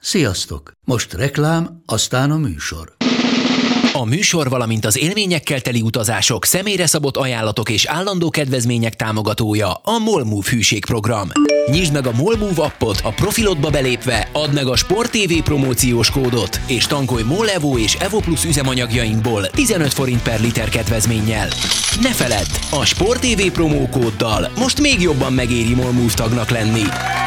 Sziasztok! Most reklám, aztán a műsor. A műsor, valamint az élményekkel teli utazások, személyre szabott ajánlatok és állandó kedvezmények támogatója a MOL Move hűségprogram. Nyisd meg a MOL Move appot, a profilodba belépve, add meg a Sport TV promóciós kódot, és tankolj MOL Evo és Evo Plus üzemanyagjainkból 15 forint per liter kedvezménnyel. Ne feledd, a Sport TV promókóddal most még jobban megéri MOL Move tagnak lenni.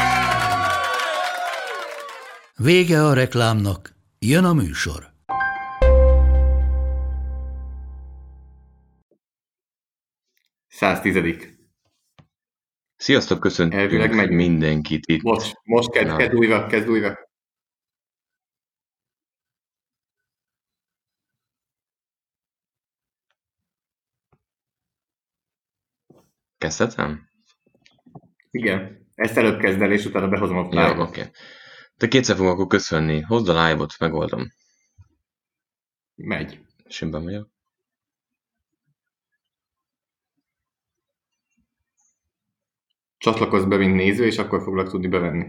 Vége a reklámnak, jön a műsor. Száztizedik. Sziasztok, köszöntünk Elvileg megy mindenkit itt. Most kezd újra. Kezdhetem? Igen, ezt előbb kezd el, és utána behozom a fájlt. Jó, oké. De kétszer fogom akkor köszönni. Hozd a live-ot, megoldom. Megy. Simben vagyok. Csatlakozz be, mint néző, és akkor foglak tudni bevenni.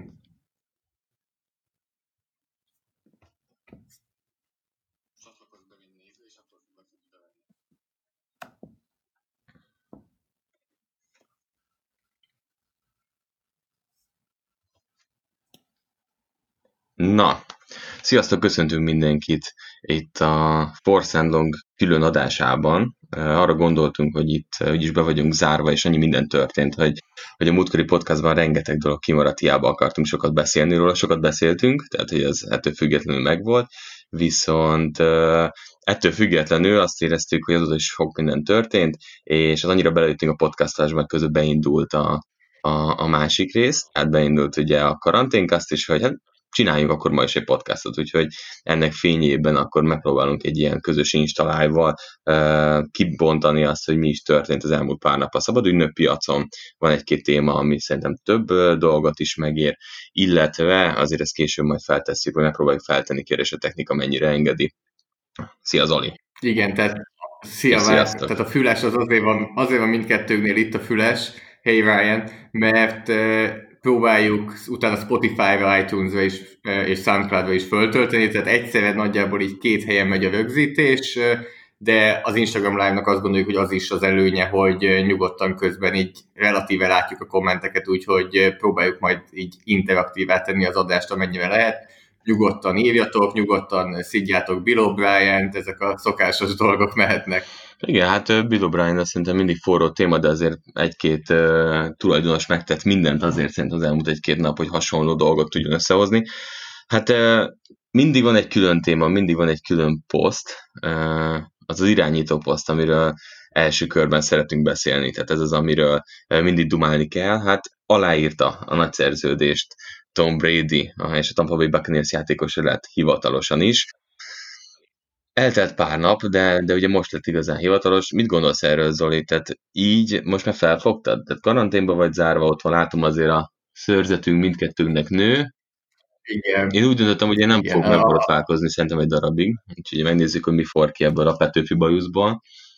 Na, sziasztok, köszöntünk mindenkit itt a Force and Long külön adásában. Arra gondoltunk, hogy itt úgyis be vagyunk zárva, és annyi minden történt, hogy a múltkori podcastban rengeteg dolog kimaradt, hiába akartunk sokat beszélni róla, sokat beszéltünk, tehát hogy ez ettől függetlenül megvolt, viszont ettől függetlenül azt éreztük, hogy azóta is sok minden történt, és az annyira belőttünk a podcastolásba, hogy közben beindult a másik rész, tehát beindult ugye a karanténkaszt is, hogy hát csináljunk akkor ma is egy podcastot, úgyhogy ennek fényében akkor megpróbálunk egy ilyen közös Insta live-val kibontani azt, hogy mi is történt az elmúlt pár nap a szabadügynök piacon. Van egy-két téma, ami szerintem több dolgot is megér, illetve azért ezt később majd feltesszük, hogy megpróbáljuk feltenni kérdés, a technika mennyire engedi. Szia Zoli! Igen, tehát tehát a füles az azért van mindkettőnknél itt a füles, hey Ryan, mert próbáljuk utána Spotify-ra, iTunes-ra és SoundCloud-ra is föltölteni, tehát egyszerre nagyjából így 2 helyen megy a rögzítés, de az Instagram Live-nak azt gondoljuk, hogy az is az előnye, hogy nyugodtan közben így relatíve látjuk a kommenteket, úgyhogy próbáljuk majd így interaktívá tenni az adást, amennyire lehet. Nyugodtan írjatok, nyugodtan szidjátok Bill O'Brien-t, ezek a szokásos dolgok mehetnek. Igen, hát Bill O'Brien szerintem mindig forró téma, de azért egy-két tulajdonos megtett mindent azért szerintem az elmúlt 1-2 nap, hogy hasonló dolgot tudjon összehozni. Hát mindig van egy külön téma, mindig van egy külön poszt, az irányító poszt, amiről első körben szeretünk beszélni, tehát ez az, amiről mindig dumálni kell. Hát aláírta a nagy szerződést Tom Brady, és a Tampa Bay Buccaneers játékosa lett hivatalosan is. Eltelt pár nap, de ugye most lett igazán hivatalos. Mit gondolsz erről, Zoli? Tehát így most már felfogtad? Tehát karanténba vagy zárva, ott van, látom azért a szőrzetünk mindkettőnknek nő. Igen. Én úgy döntöttem, hogy én nem fogok megborotválkozni szerintem egy darabig, úgyhogy megnézzük, hogy mi for ki ebből a Petőfi bajuszból.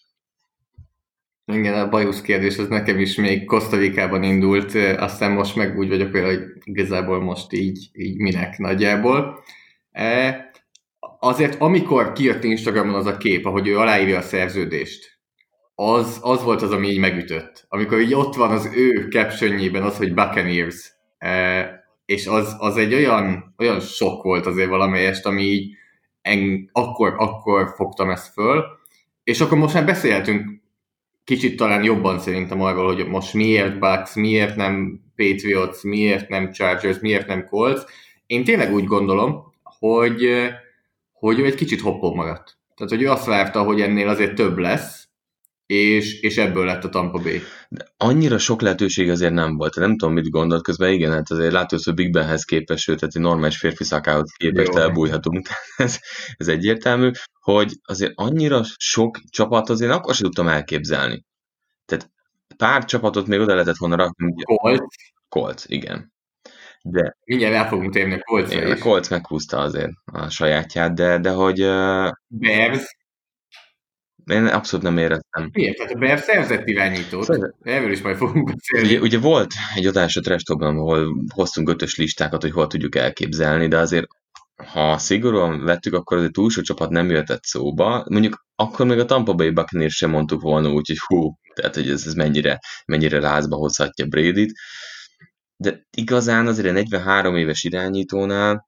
Igen, a bajusz kérdés az nekem is még Costa Ricában indult, aztán most meg úgy vagyok vele, hogy igazából most így minek nagyjából. Azért amikor kijött Instagramon az a kép, ahogy ő aláírja a szerződést, az volt az, ami így megütött. Amikor így ott van az ő captionjében az, hogy Buccaneers, és az egy olyan sok volt azért valamelyest, ami így akkor fogtam ezt föl, és akkor most már beszélhetünk kicsit talán jobban szerintem arról, hogy most miért Bucks, miért nem Patriots, miért nem Chargers, miért nem Colts. Én tényleg úgy gondolom, hogy ő egy kicsit hoppon maradt. Tehát, hogy ő azt várta, hogy ennél azért több lesz, és ebből lett a Tampa Bay. De annyira sok lehetőség azért nem volt. Nem tudom, mit gondolt közben. Igen, hát azért látod, hogy Big Benhez képest, tehát egy normális férfi szakához képest elbújhatunk. ez egyértelmű, hogy azért annyira sok csapat azért akkor sem tudtam elképzelni. Tehát pár csapatot még oda lehetett volna rakni. Colts, igen. De mindjárt el fogunk térni a Colts-ra is. A Colts meghúzta azért a sajátját, de hogy... Bears? Én abszolút nem éreztem. Miért? Tehát a Bears szerzett irányítót. Erről is majd fogunk beszélni. Ugye volt egy adás a Trash Talkban, ahol hoztunk 5-ös listákat, hogy hol tudjuk elképzelni, de azért ha szigorúan vettük, akkor az egy túl sok csapat nem jöhetett szóba. Mondjuk akkor még a Tampa Bay Buccaneers sem mondtuk volna úgy, hogy hú, tehát hogy ez mennyire lázba hozhatja Bradyt. De igazán azért a 43 éves irányítónál.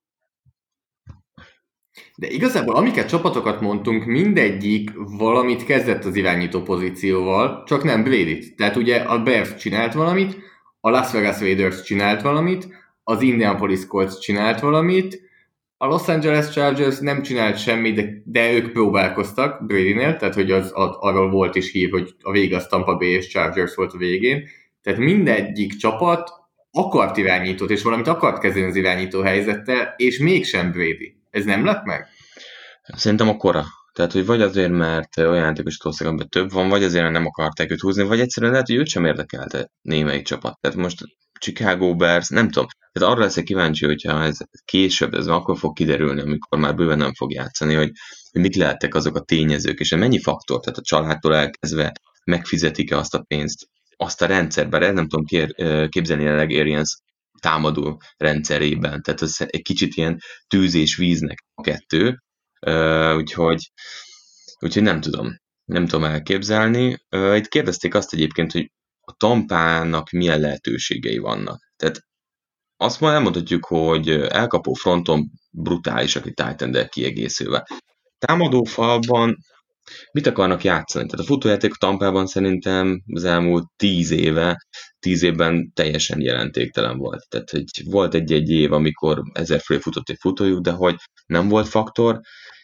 De igazából amiket csapatokat mondtunk, mindegyik valamit kezdett az irányító pozícióval, csak nem Bradyt. Tehát ugye a Bears csinált valamit, a Las Vegas Raiders csinált valamit, az Indianapolis Colts csinált valamit, a Los Angeles Chargers nem csinált semmit, de ők próbálkoztak Bradynél, tehát hogy arról volt is hír, hogy a vége az Tampa Bay és Chargers volt a végén. Tehát mindegyik csapat akart irányítót, és valamit akart kezdeni az irányító helyzettel, és mégsem Brady. Ez nem lett meg? Szerintem a kora. Tehát, hogy vagy azért, mert olyan játékos amiben több van, vagy azért, mert nem akarták őt húzni, vagy egyszerűen lehet, hogy őt sem érdekelte némelyik csapat. Tehát most Chicago Bears, nem tudom. Tehát arra leszek kíváncsi, hogyha ez később, ez akkor fog kiderülni, amikor már bőven nem fog játszani, hogy mit lehettek azok a tényezők, és mennyi faktor, tehát a családtól elkezdve megfizetik-e azt a pénzt, azt a rendszerben, ez nem tudom képzelni jelenleg Arians támadó rendszerében. Tehát ez egy kicsit ilyen tűz és víznek a kettő, úgyhogy nem tudom elképzelni. Itt kérdezték azt egyébként, hogy a Tampának milyen lehetőségei vannak. Tehát azt már elmondhatjuk, hogy elkapó fronton brutálisak egy Titan-del kiegészülve. Támadófalban mit akarnak játszani? Tehát a futójáték Tampában szerintem az elmúlt 10 évben teljesen jelentéktelen volt. Tehát hogy volt egy év, amikor 1000 fölé futott egy futójuk, de hogy nem volt faktor.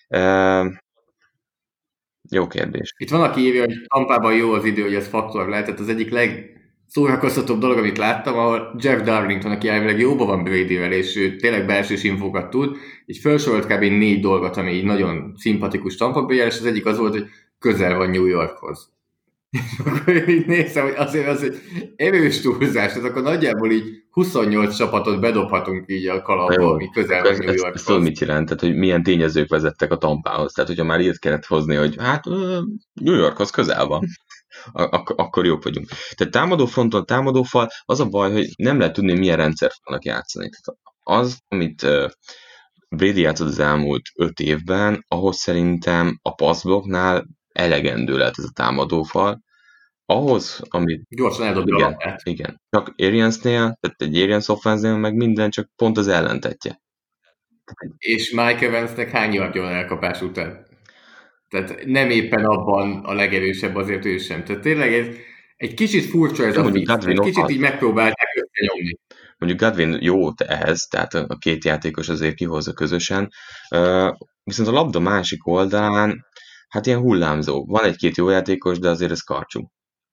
Jó kérdés. Itt van, aki írja, hogy Tampában jó az idő, hogy ez faktor lehet. Tehát az egyik legszórakoztatóbb dolog, amit láttam, ahol Jeff Darlington, aki elvileg jóban van Bradyvel, és ő tényleg belsős infókat tud, így felsorolt kb. 4 dolgot, ami így nagyon szimpatikus Tampa Bay-jel, és az egyik az volt, hogy közel van New Yorkhoz. Akkor én így nézem, hogy azért az egy erős túlzás, tehát akkor nagyjából így 28 csapatot bedobhatunk így a kalapba, ami közel van New Yorkhoz. Ez tudod mit jelent? Tehát, hogy milyen tényezők vezettek a Tampához. Tehát, hogyha már ilyet kellett hozni, hogy hát New Yorkhoz közel van, akkor jók vagyunk. Tehát támadó fronton, támadófal, az a baj, hogy nem lehet tudni, milyen rendszer fognak játszani. Tehát az, amit Brady játszott az elmúlt 5 évben, ahhoz szerintem a passzblokknál elegendő lehet ez a támadófal. Ahhoz, amit... Gyorsan eldobja a labdát. Igen. Csak Ariansnél, tehát egy Arians offense-nél meg minden csak pont az ellentetje. És Mike Evansnek hány yardja van elkapás után? Tehát nem éppen abban a legerősebb azért ő sem. Tehát tényleg ez egy kicsit furcsa ez a víz. Egy kicsit így megpróbálták összenyomni. Mondjuk Godwin jó ehhez, tehát a két játékos azért kihozza közösen. Viszont a labda másik oldalán, hát ilyen hullámzó. Van egy-két jó játékos, de azért ez karcsú.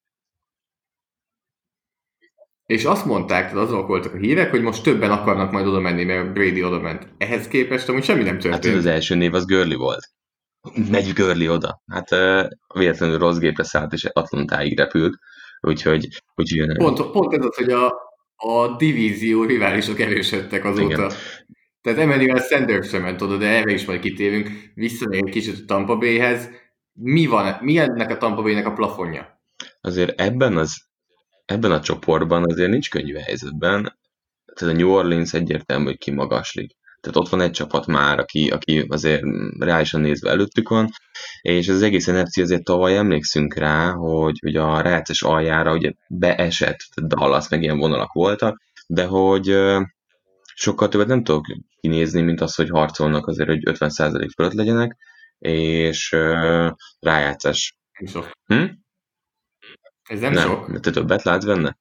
És azt mondták, tehát azok voltak a hírek, hogy most többen akarnak majd oda menni, mert Brady oda ment. Ehhez képest amúgy semmi nem történt. Hát az első név az Gurley volt. Megy Gurley oda. Hát véletlenül rossz gépre szállt, és Atlantáig repült. Úgyhogy pont ez az, hogy a divízió riválisok erősödtek azóta. Igen. Tehát Emmanuel Sanders sem ment oda, de erre is majd kitérünk. Visszamegyünk egy kicsit a Tampa Bayhez. Mi ennek a Tampa Baynek a plafonja? Azért ebben a csoportban azért nincs könnyű helyzetben. Tehát a New Orleans egyértelmű, hogy kimagaslik. Tehát ott van egy csapat már, aki azért reálisan nézve előttük van, és az egész NFC azért tavaly emlékszünk rá, hogy a rájátszás aljára ugye beesett, Dallas meg ilyen vonalak voltak, de hogy sokkal többet nem tudok kinézni, mint az, hogy harcolnak azért, hogy 50% fölött legyenek, és rájátszás. Sok. Ez nem sok. Te többet látsz benne?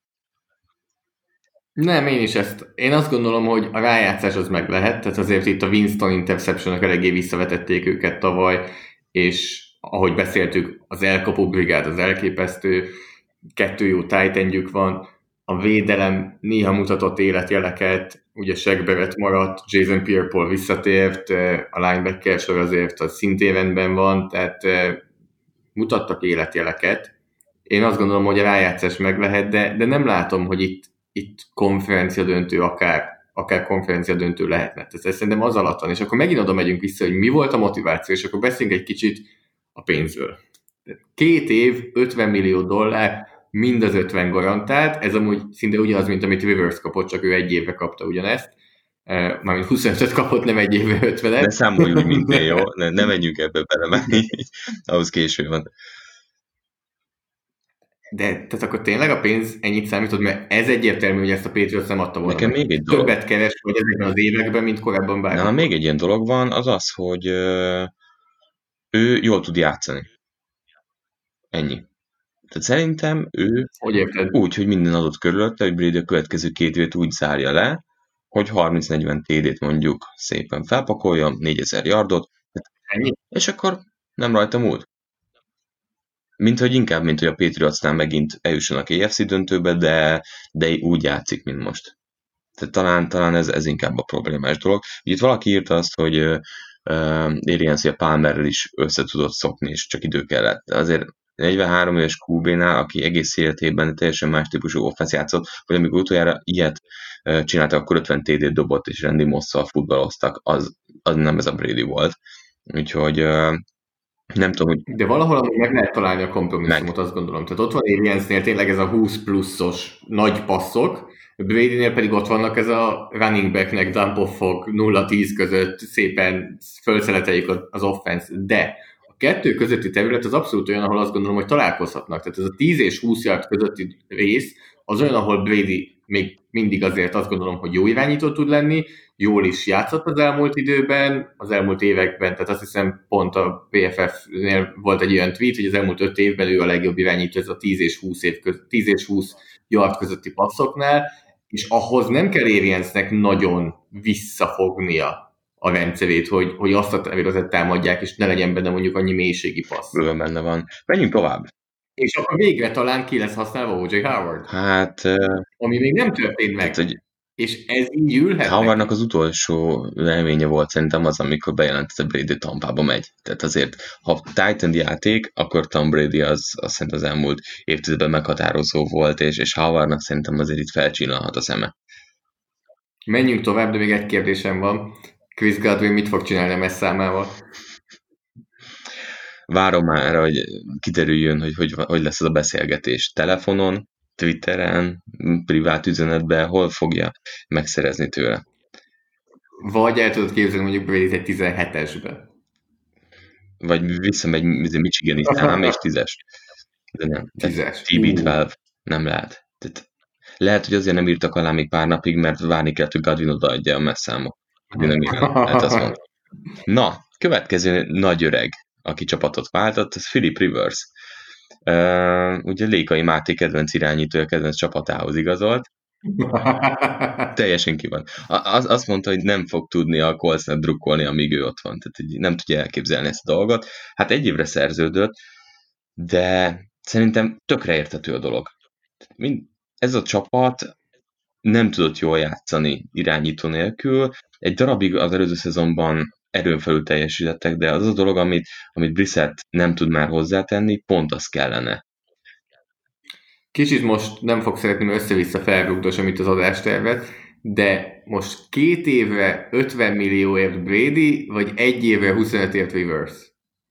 Nem, én azt gondolom, hogy a rájátszás az meg lehet, tehát azért itt a Winston interception-ok eléggé visszavetették őket tavaly, és ahogy beszéltük, az elkapó brigád az elképesztő, 2 jó tight endjük van, a védelem néha mutatott életjeleket, ugye Shaq Barrett maradt, Jason Pierre-Paul visszatért, a linebacker sor azért az szintén rendben van, tehát mutattak életjeleket. Én azt gondolom, hogy a rájátszás meg lehet, de nem látom, hogy itt konferencia döntő, akár konferencia döntő lehetne. Ez szerintem az alatt van. És akkor megint oda megyünk vissza, hogy mi volt a motiváció, és akkor beszéljünk egy kicsit a pénzről. 2 év, $50 millió, mind az 50 garantált, ez amúgy szinte ugyanaz, mint amit Rivers kapott, csak ő 1 évre kapta ugyanezt. mármint 25-öt kapott, nem egy évben 50-et. De számolj úgy, mint én, jó? Ne menjünk ebbe bele, mert ahhoz késő van. De tehát akkor tényleg a pénz ennyit számítod, mert ez egyértelmű, hogy ezt a Patriots nem adta volna. Nekem még egy dolog. Többet keres, vagy ezekben az években, mint korábban bármikor. Nálam még egy ilyen dolog van, az az, hogy ő jól tud játszani. Ennyi. Tehát szerintem ő úgy, hogy minden adott körülötte, hogy Brady a következő 2 évet úgy zárja le, hogy 30-40 TD-t mondjuk szépen felpakolja, 4000 yardot, ennyi? És akkor nem rajta múlt. Mint hogy a Patriotsnál megint eljussanak AFC döntőbe, de úgy játszik, mint most. Tehát talán ez inkább a problémás dolog. Itt valaki írta azt, hogy Arians Palmerrel is össze tudott szokni, és csak idő kellett. De azért 43 éves QB-nál, aki egész életében teljesen más típusú offense játszott, hogy amikor utoljára ilyet csináltak, akkor 50 TD-t dobott, és Randy Moss-szal futballoztak, az nem ez a Brady volt. Úgyhogy nem tudom, hogy... De valahol meg lehet találni a kompromisszumot, azt gondolom. Tehát ott van Ariansnél tényleg ez a 20 pluszos nagy passzok, Bradynél pedig ott vannak ez a running backnek dump-offok 0-10 között szépen felszeleteljük az offense, de a kettő közötti terület az abszolút olyan, ahol azt gondolom, hogy találkozhatnak. Tehát ez a 10 és 20 yard közötti rész az olyan, ahol Brady még mindig azért azt gondolom, hogy jó irányító tud lenni, jól is játszott az elmúlt időben, az elmúlt években, tehát azt hiszem pont a PFF-nél volt egy olyan tweet, hogy az elmúlt 5 évben ő a legjobb irányító ez a 10 és 20 yard közötti passzoknál, és ahhoz nem kell Ariansnek nagyon visszafognia a rendszerét, hogy azt a területet támadják, és ne legyen benne mondjuk annyi mélységi passz. Bőven benne van. Menjünk tovább. És akkor végre talán ki lesz használva O.J. Howard. Hát... Ami még nem történt meg. Hát, és ez így ülhet. Howardnak az utolsó élménye volt szerintem az, amikor bejelentette Brady Tampába megy. Tehát azért, ha Titan játék, akkor Tom Brady az szerintem az elmúlt évtizedben meghatározó volt, és Howardnak szerintem azért itt felcsillanhat a szeme. Menjünk tovább, de még egy kérdésem van. Chris Godwin mit fog csinálni a messzámával? Várom már, hogy kiderüljön, hogy lesz az a beszélgetés. Telefonon, Twitteren, privát üzenetben, hol fogja megszerezni tőle. Vagy el tudod képzelni mondjuk Brady egy 17-esbe. Vagy visszamegy Michigani szám és 10-es. De nem. 10-es. TB12 nem lehet. Tehát lehet, hogy azért nem írtak alá még pár napig, mert várni kellett, hogy Godwin odaadja a messzámot. Nem írnak. Hát azt mondom. Na, következő nagy öreg, aki csapatot váltott, ez Philip Rivers. Ugye Lékai Máté kedvenc irányítója, kedvenc csapatához igazolt. Teljesen ki van. Azt mondta, hogy nem fog tudni a Coltsnak drukkolni, amíg ő ott van. Tehát nem tudja elképzelni ezt a dolgot. Hát 1 évre szerződött, de szerintem tökre érthető a dolog. Ez a csapat nem tudott jól játszani irányító nélkül. Egy darabig az előző szezonban erőn felül teljesítettek, de az a dolog, amit Brissett nem tud már hozzátenni, pont az kellene. Kicsit most nem fog szeretni, mert össze-vissza felrúgdos, amit az adástervet, de most 2 évre 50 millióért Brady, vagy 1 évre 25ért Rivers?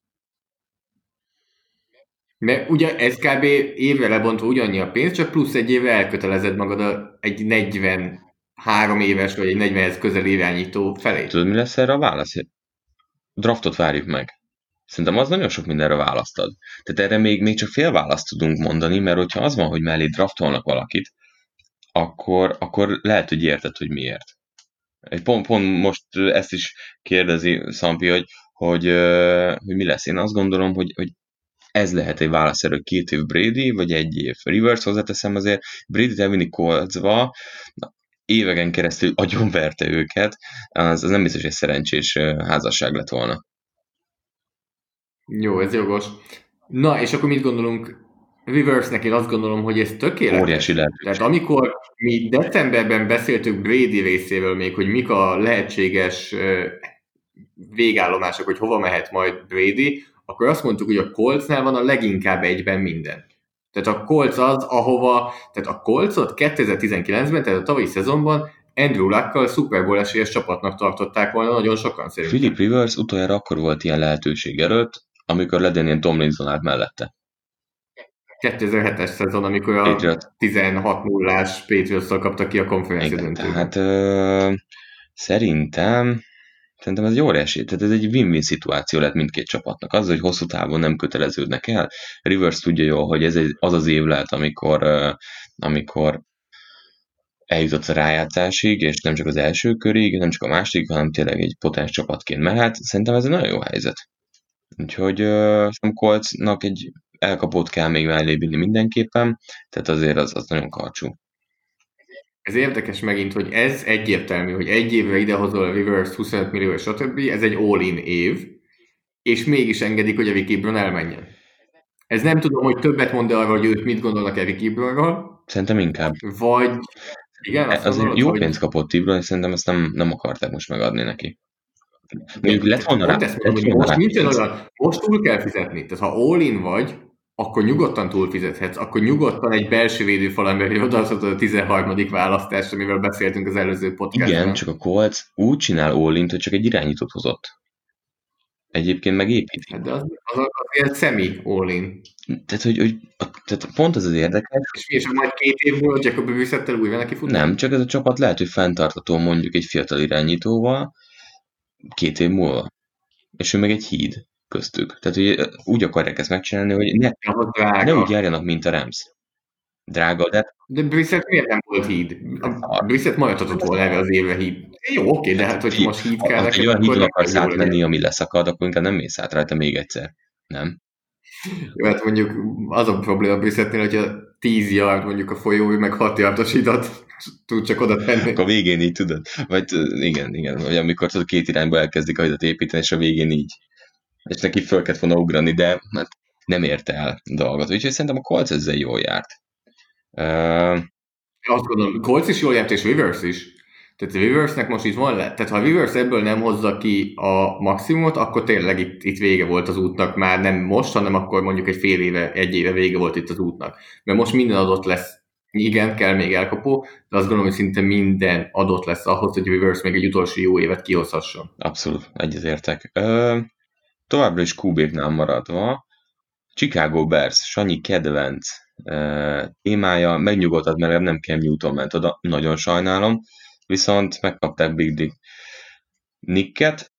Mert ugye ez kb. Évre lebontva ugyannyi a pénz, csak plusz 1 évre elkötelezed magad egy 43 éves, vagy egy 40-hez közel irányító felé. Tudod, mi lesz erre a válasz? Draftot várjuk meg. Szerintem az nagyon sok mindenre választad. Tehát erre még csak fél választ tudunk mondani, mert hogyha az van, hogy mellé draftolnak valakit, akkor lehet, hogy érted, hogy miért. Pont most ezt is kérdezi Szampi, hogy mi lesz. Én azt gondolom, hogy ez lehet egy válasz erről, 2 év Brady, vagy 1 év Rivers, hozzáteszem azért, Brady-t elvinni Coltsba, éveken keresztül agyonverte őket, az nem biztos, hogy egy szerencsés házasság lett volna. Jó, ez jogos. Na, és akkor mit gondolunk Riversnek? Én azt gondolom, hogy ez tökéletes. Óriási lehetőség. Tehát amikor mi decemberben beszéltük Brady részéről még, hogy mik a lehetséges végállomások, hogy hova mehet majd Brady, akkor azt mondtuk, hogy a Coltsnál van a leginkább egyben minden. Tehát a Colts az, ahova, tehát a Coltsot 2019-ben, tehát a tavalyi szezonban Andrew Luck-kal Super Bowl esélyes csapatnak tartották volna nagyon sokan szerintem. Philip Rivers utoljára akkor volt ilyen lehetőség előtt, amikor LaDainian Tomlinson állt mellette. 2007-es szezon, amikor a 16-0-ás Patriots-szal kapta ki a konferencia döntőt. Tehát Szerintem ez egy óriási, tehát ez egy win-win szituáció lett mindkét csapatnak. Az, hogy hosszú távon nem köteleződnek el. Rivers tudja jól, hogy ez az az év lehet, amikor eljutott a rájátszásig, és nem csak az első körig, nem csak a második, hanem tényleg egy potens csapatként mehet. Szerintem ez egy nagyon jó helyzet. Úgyhogy szerintem Coltsnak egy elkapót kell még mellé vinni mindenképpen, tehát azért az nagyon karcsú. Ez érdekes megint, hogy ez egyértelmű, hogy egy évre idehozol a Rivers 25 millió, stb. Ez egy all-in év, és mégis engedik, hogy Eric Ebron elmenjen. Ez nem tudom, hogy többet mond arra, hogy ők mit gondolnak Eric Ebronról. Szerintem inkább. Vagy igen, azért jó pénzt kapott Ebron, és szerintem ezt nem akarták most megadni neki. Még lett volna rá. Most túl kell fizetni. Tehát ha all-in vagy, akkor nyugodtan túlfizethetsz, akkor nyugodtan egy belső védőfal emberi odaadhatod a 13. választást, amivel beszéltünk az előző podcastban. Igen, csak a Colts úgy csinál all-int, hogy csak egy irányítót hozott. Egyébként megépíti. De az ilyen semi all-in. Tehát pont ez az érdekes. És majd 2 év múlva Jacoby Brissettel újra neki futni? Nem, csak ez a csapat lehet, hogy fenntartható mondjuk egy fiatal irányítóval 2 év múlva. És ő meg egy híd köztük. Tehát hogy úgy akarják ezt megcsinálni, hogy ne úgy járjanak, mint a Rams. Drága, de Brissett miért nem volt híd? Brissett maradhatott volna erre az évre híd. Jó, oké, de hát hogy most híd kell neked, egy olyan hídon akarsz átmenni, ami leszakad, akkor inkább nem mész át rajta még egyszer. Nem? Jó, hát mondjuk az a probléma Brissettnél, hogyha 10 yard mondjuk a folyó, meg 6 yardosítat tud csak oda tenni. Akkor a végén így tudod. Vagy igen. Vagy amikor tudod, 2 irányba elkezdik a hidat építeni, és a végén így. És neki föl kellett volna ugrani, de hát nem érte el a dolgot. Úgyhogy szerintem a Colts ezzel jól járt. Azt gondolom, Colts is jól járt, és Rivers is. Tehát Riversnek most itt van tehát ha Rivers ebből nem hozza ki a maximumot, akkor tényleg itt vége volt az útnak, már nem most, hanem akkor mondjuk egy éve vége volt itt az útnak. Mert most minden adott lesz. Igen, kell még elkapó, de azt gondolom, hogy szinte minden adott lesz ahhoz, hogy Rivers még egy utolsó jó évet kihozhasson. Abszolút, egyetértek. Továbbra is QB-knál maradva, Chicago Bears, Sanyi kedvenc témája, megnyugodhat, mert nem Cam Newton ment oda, nagyon sajnálom, viszont megkapták Big Dick Nicket,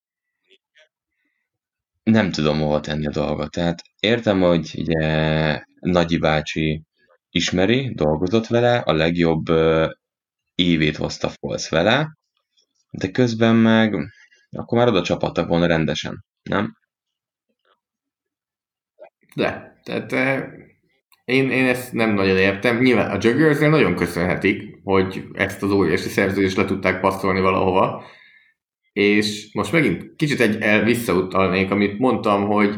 nem tudom hova tenni a dolgot, tehát értem, hogy ugye Nagyi bácsi ismeri, dolgozott vele, a legjobb évét hozta Foles vele, de közben meg akkor már oda csapattak volna rendesen, nem? De, tehát én ezt nem nagyon értem. Nyilván a Juggersnél nagyon köszönhetik, hogy ezt az óriási szerződést le tudták passzolni valahova, és most megint kicsit visszautalnék, amit mondtam, hogy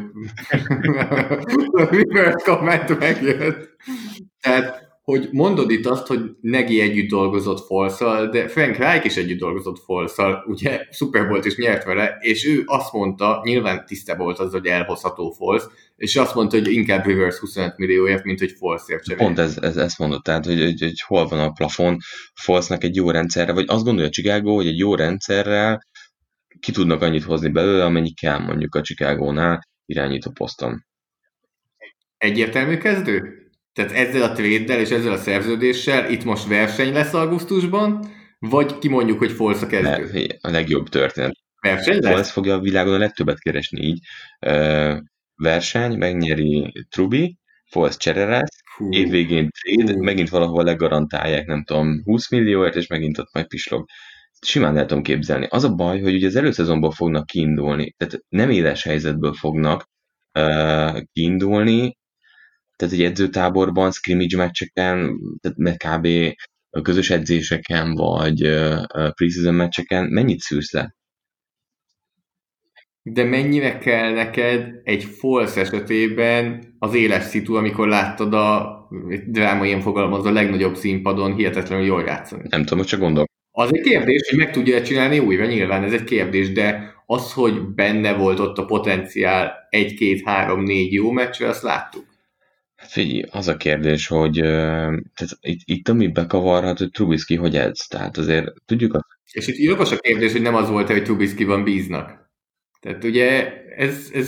Rivers komment megjött. Tehát, hogy mondod itt azt, hogy Nagy együtt dolgozott Foles-szal, de Frank Reich is együtt dolgozott Foles-szal, ugye Super Bowl-t is nyert vele, és ő azt mondta, nyilván tisztában volt az, hogy elhozható Foles, és azt mondta, hogy inkább Rivers 25 millióért, mint hogy Foles-ért cserél. Pont ezt mondott, tehát, hogy hol van a plafon Folesnak egy jó rendszerre, vagy azt gondolja Chicago, hogy egy jó rendszerrel ki tudnak annyit hozni belőle, amennyi kell mondjuk a Chicagónál irányító poszton. Egyértelmű kezdő? Tehát ezzel a trade-del és ezzel a szerződéssel itt most verseny lesz augusztusban, vagy kimondjuk, hogy Foles a kezdő? A legjobb történet. Verseny lesz? Foles fogja a világon a legtöbbet keresni így. Verseny, megnyeri Truby, Foles csere lesz, évvégén trade, megint valahol legarantálják, nem tudom, 20 millióért, és megint ott majd pislog. Simán el tudom képzelni. Az a baj, hogy ugye az előszezonból fognak kiindulni, tehát nem éles helyzetből fognak kiindulni, tehát egy edzőtáborban, scrimmage meccseken, tehát kb. Közös edzéseken, vagy preseason meccseken, mennyit szűrsz le? De mennyire kell neked egy Foles esetében az éles szitu, amikor láttad a dráma ilyen fogalmaz a legnagyobb színpadon hihetetlenül jól játszani? Nem tudom, csak gondolok. Az egy kérdés, hogy meg tudja csinálni újra, nyilván ez egy kérdés, de az, hogy benne volt ott a potenciál 1, 2, 3, 4 jó meccsre, azt láttuk. Figyelj, az a kérdés, hogy tehát itt ami bekavarhat, hogy Trubisky hogy edz, tehát azért tudjuk azt. És itt jogos a kérdés, hogy nem az volt, hogy Trubiskyban bíznak. Tehát ugye ez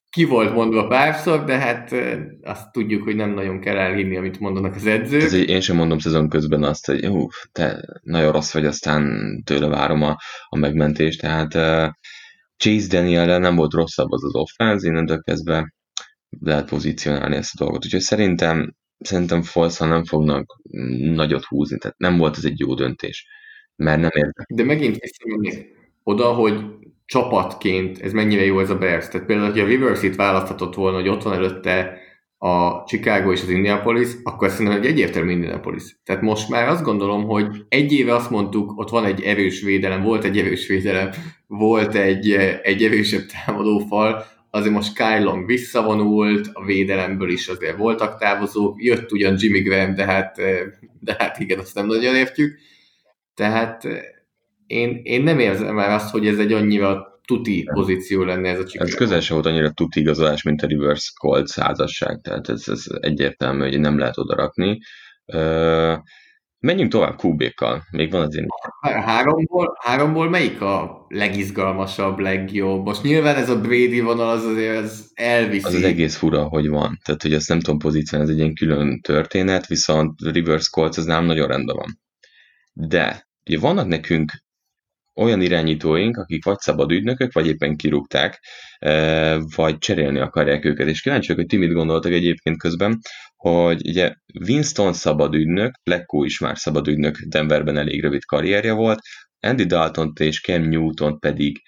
ki volt mondva párszor, de hát azt tudjuk, hogy nem nagyon kell elhinni, amit mondanak az edzők. Tehát én sem mondom szezon közben azt, hogy te nagyon rossz vagy, aztán tőle várom a megmentést, tehát Chase Daniel nem volt rosszabb az offense, innentől kezdve lehet pozícionálni ezt a dolgot. Úgyhogy szerintem Folszal nem fognak nagyot húzni, tehát nem volt ez egy jó döntés, mert nem érte. De megint visszamennék oda, hogy csapatként ez mennyire jó ez a Bears. Tehát például, hogy a Rivers itt választhatott volna, hogy ott van előtte a Chicago és az Indianapolis, akkor szerintem egy egyértelmű Indianapolis. Tehát most már azt gondolom, hogy egy éve azt mondtuk, ott van egy erős védelem, volt egy erősebb támadófal, azért most Kyle Long visszavonult, a védelemből is azért voltak távozók, jött ugyan Jimmy Graham, de hát igen, azt nem nagyon értjük. Tehát én nem érzem már azt, hogy ez egy annyira tuti pozíció lenne ez a Chicago. Ez közel sem volt annyira tuti igazolás, mint a Rivers Colts házasság, tehát ez egyértelmű, hogy nem lehet odarakni. Menjünk tovább QB-kkal, még van azért. Háromból melyik a legizgalmasabb, legjobb? Most nyilván ez a Brady vonal az azért ez elviszi. Az egész fura, hogy van. Tehát, hogy azt nem tudom pozícionálni, ez egy ilyen külön történet, viszont Rivers Colts az nem nagyon rendben van. De ugye vannak nekünk olyan irányítóink, akik vagy szabad ügynökök, vagy éppen kirúgták, vagy cserélni akarják őket. És kíváncsi vagyok, hogy ti mit gondoltak egyébként közben, hogy ugye Winston szabad ügynök, Flacco is már szabad ügynök, Denverben elég rövid karrierje volt, Andy Daltont és Cam Newton pedig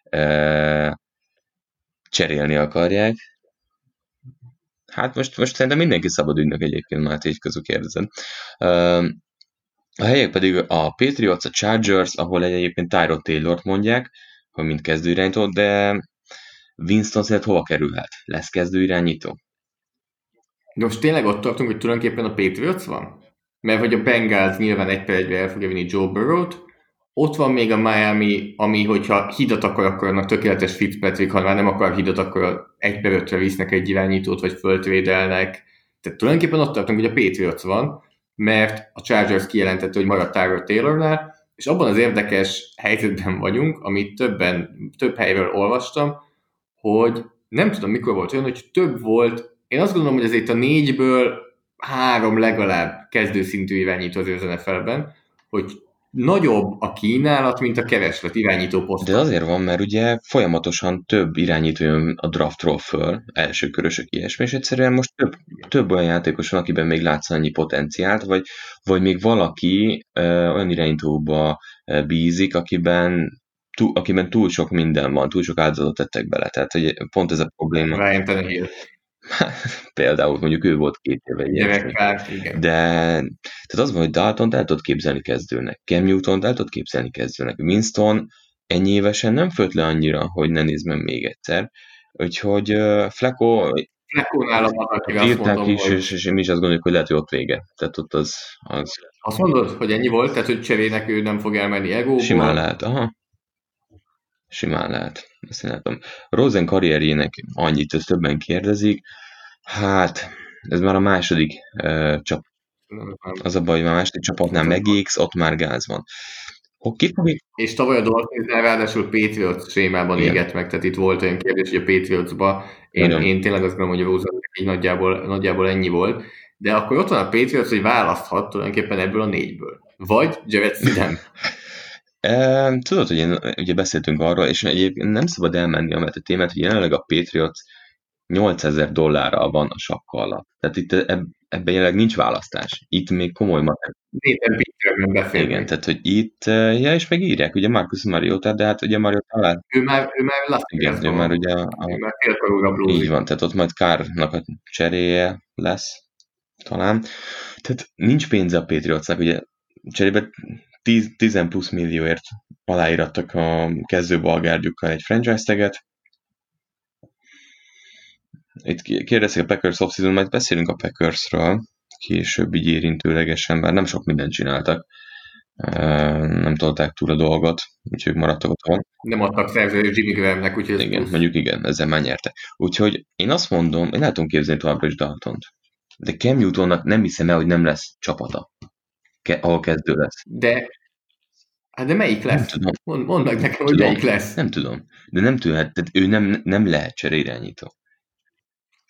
cserélni akarják. Hát most szerintem mindenki szabad ügynök egyébként, már így közül kérdezed. A helyek pedig a Patriots, a Chargers, ahol egyébként Tyrod Taylort mondják, hogy mint kezdőirányító, de Winston szeret hova kerülhet? Lesz kezdőirányító? Most tényleg ott tartunk, hogy tulajdonképpen a Patriots van? Mert hogy a Bengals nyilván 1-1 el fogja vinni Joe Burrow-t, ott van még a Miami, ami hogyha hidat akar, akkor annak tökéletes Fitzpatrick, ha már nem akar hidat, akkor 1-5-re visznek egy irányítót, vagy föltvédelnek. Tehát tulajdonképpen ott tartunk, hogy a Patriots van, mert a Chargers kijelentette, hogy marad Tyrod Taylornál, és abban az érdekes helyzetben vagyunk, amit több helyről olvastam, hogy nem tudom, mikor volt olyan, hogy több volt, én azt gondolom, hogy azért a 4-ből 3 legalább kezdőszintű irányító az NFL-ben, hogy nagyobb a kínálat, mint a kereslet irányító poszton. De azért van, mert ugye folyamatosan több irányító jön a draftról föl, elsőkörösök ilyesmi, és egyszerűen most több olyan játékos van, akiben még látsz annyi potenciált, vagy még valaki olyan irányítóba bízik, akiben túl sok minden van, túl sok áldozatot tettek bele. Tehát hogy pont ez a probléma. Ryan Tannehill. Például mondjuk ő volt 2 éve igen. De tehát az van, hogy Daltont el tudod képzelni kezdőnek, Cam Newtont el tudod képzelni kezdőnek, Winston ennyi évesen nem fölt le annyira, hogy ne nézd meg még egyszer, úgyhogy Flacco-nál azt mondom, is, és mi is azt gondoljuk, hogy lehet, hogy ott vége. Tehát ott az... Azt mondod, hogy ennyi volt? Tehát, hogy cserének ő nem fog elmenni egóból? Simán lehet, aha. Simán lehet. Ezt én látom. Rosen karrierjének annyit, ezt többen kérdezik. Hát, ez már a második csapat. Az a baj, hogy a második csapatnál megéksz, ott már gáz van. És tavaly a Dolphinsnál ráadásul Patriots sémában égett meg, tehát itt volt olyan kérdés, hogy a Patriotsba én tényleg azt gondolom, hogy a Rosennek így nagyjából ennyi volt, de akkor ott van a Patriots, hogy választhat tulajdonképpen ebből a 4-ből. Vagy Jarrett Stidham. Tudod, hogy ugye beszéltünk arról, és egyébként nem szabad elmenni a témát, hogy jelenleg a Patriots $8,000 van a sapka alatt. Tehát itt ebben jelenleg nincs választás. Itt még komoly matek. Igen, tehát hogy itt, és megírják, ugye Marcus Mariota, de hát ugye Mariota alá... Ő már igen, ő már ugye... Ő már félkarúra blúzik. Így van, tehát ott majd Carrnak a cseréje lesz, talán. Tehát nincs pénze a Patriotsnak, ugye cserébe 10 plusz millióért aláírattak a kezdőbalgárgyukkal egy franchise taget. Itt kérdezik a Packers off-season, majd beszélünk a Packersről, később így érintőlegesen, bár nem sok mindent csináltak. Nem tolták túl a dolgot, úgyhogy maradtak otthon. Nem adtak szerződést Jimmy Grahamnek, úgyhogy igen, mondjuk igen, ezzel már nyerte. Úgyhogy én azt mondom, én látom képzelni továbbra is Daltont. De Cam Newtonnak nem hiszem el, hogy nem lesz csapata, ahol kezdő lesz. De melyik lesz? Nem tudom. Mondd meg nekem, hogy melyik lesz. Nem tudom. De nem tűnhet, tehát ő nem lehet cseréirányító.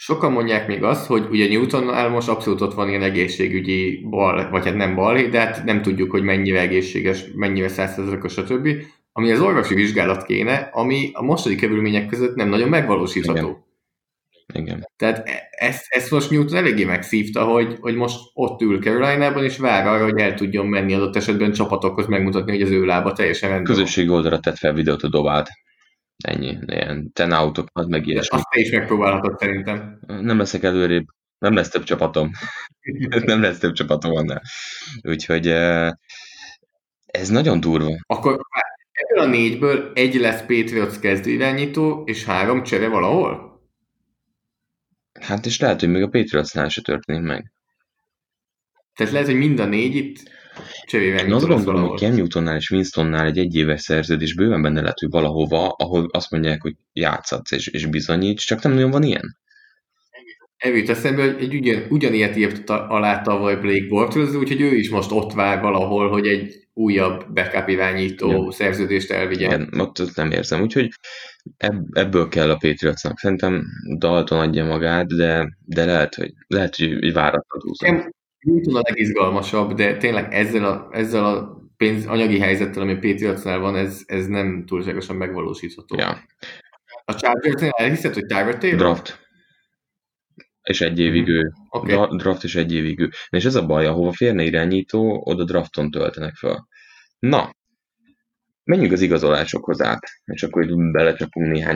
sokan mondják még azt, hogy ugye Newtonnál most abszolút ott van ilyen egészségügyi bal, vagy hát nem balhé, de hát nem tudjuk, hogy mennyire egészséges, mennyire 100%-os, stb. Ami az orvosi vizsgálat kéne, ami a mostani körülmények között nem nagyon megvalósítható. Igen. Tehát ezt most Newton eléggé megszívta, hogy most ott ül Caroline-ban, és vár arra, hogy el tudjon menni adott esetben csapatokhoz megmutatni, hogy az ő lába teljesen rendben. Közösségi oldalra tett fel videót a dobált. Ennyi. Ilyen 10 autókat, meg ilyesmi. Azt te is megpróbálhatod szerintem. Nem leszek előrébb. Nem lesz több csapatom. Nem lesz több csapatom annál. Úgyhogy ez nagyon durva. Akkor ebből a 4-ből egy lesz Patriots kezdőirányító, és 3 csere valahol? Hát és lehet, hogy még a Patriotsnál se történik meg. Tehát lehet, hogy mind a 4 itt cserélirányító Én azt lesz gondolom, valahol. hogy Cam Newtonnál és Winstonnál egy egyéves szerződés bőven benne lehet, hogy valahova, ahol azt mondják, hogy játszhatsz és bizonyíts, csak nem nagyon van ilyen. Elvét eszembe, hogy egy ugyanilyet írt alá tavaly Blake Bortles, úgyhogy ő is most ott vár valahol, hogy egy újabb backup irányító szerződést elvigyen. Igen, ott nem érzem. Úgyhogy ebből kell a Patriotsnak. Szerintem Dalton adja magát, de lehet, hogy várat adózom. Newton a legizgalmasabb, de tényleg ezzel a anyagi helyzettel, ami Patriotsnál van, ez nem túlságosan megvalósítható. Ja. A Chargersnél elhiszed, hogy Tyrod Taylor? Draft. És egy évig ő. Okay. Draft és egy évig ő. És ez a baj, ahova férne irányító, oda drafton töltenek fel. Na, menjünk az igazolásokhoz át, és akkor így belecsapunk néhány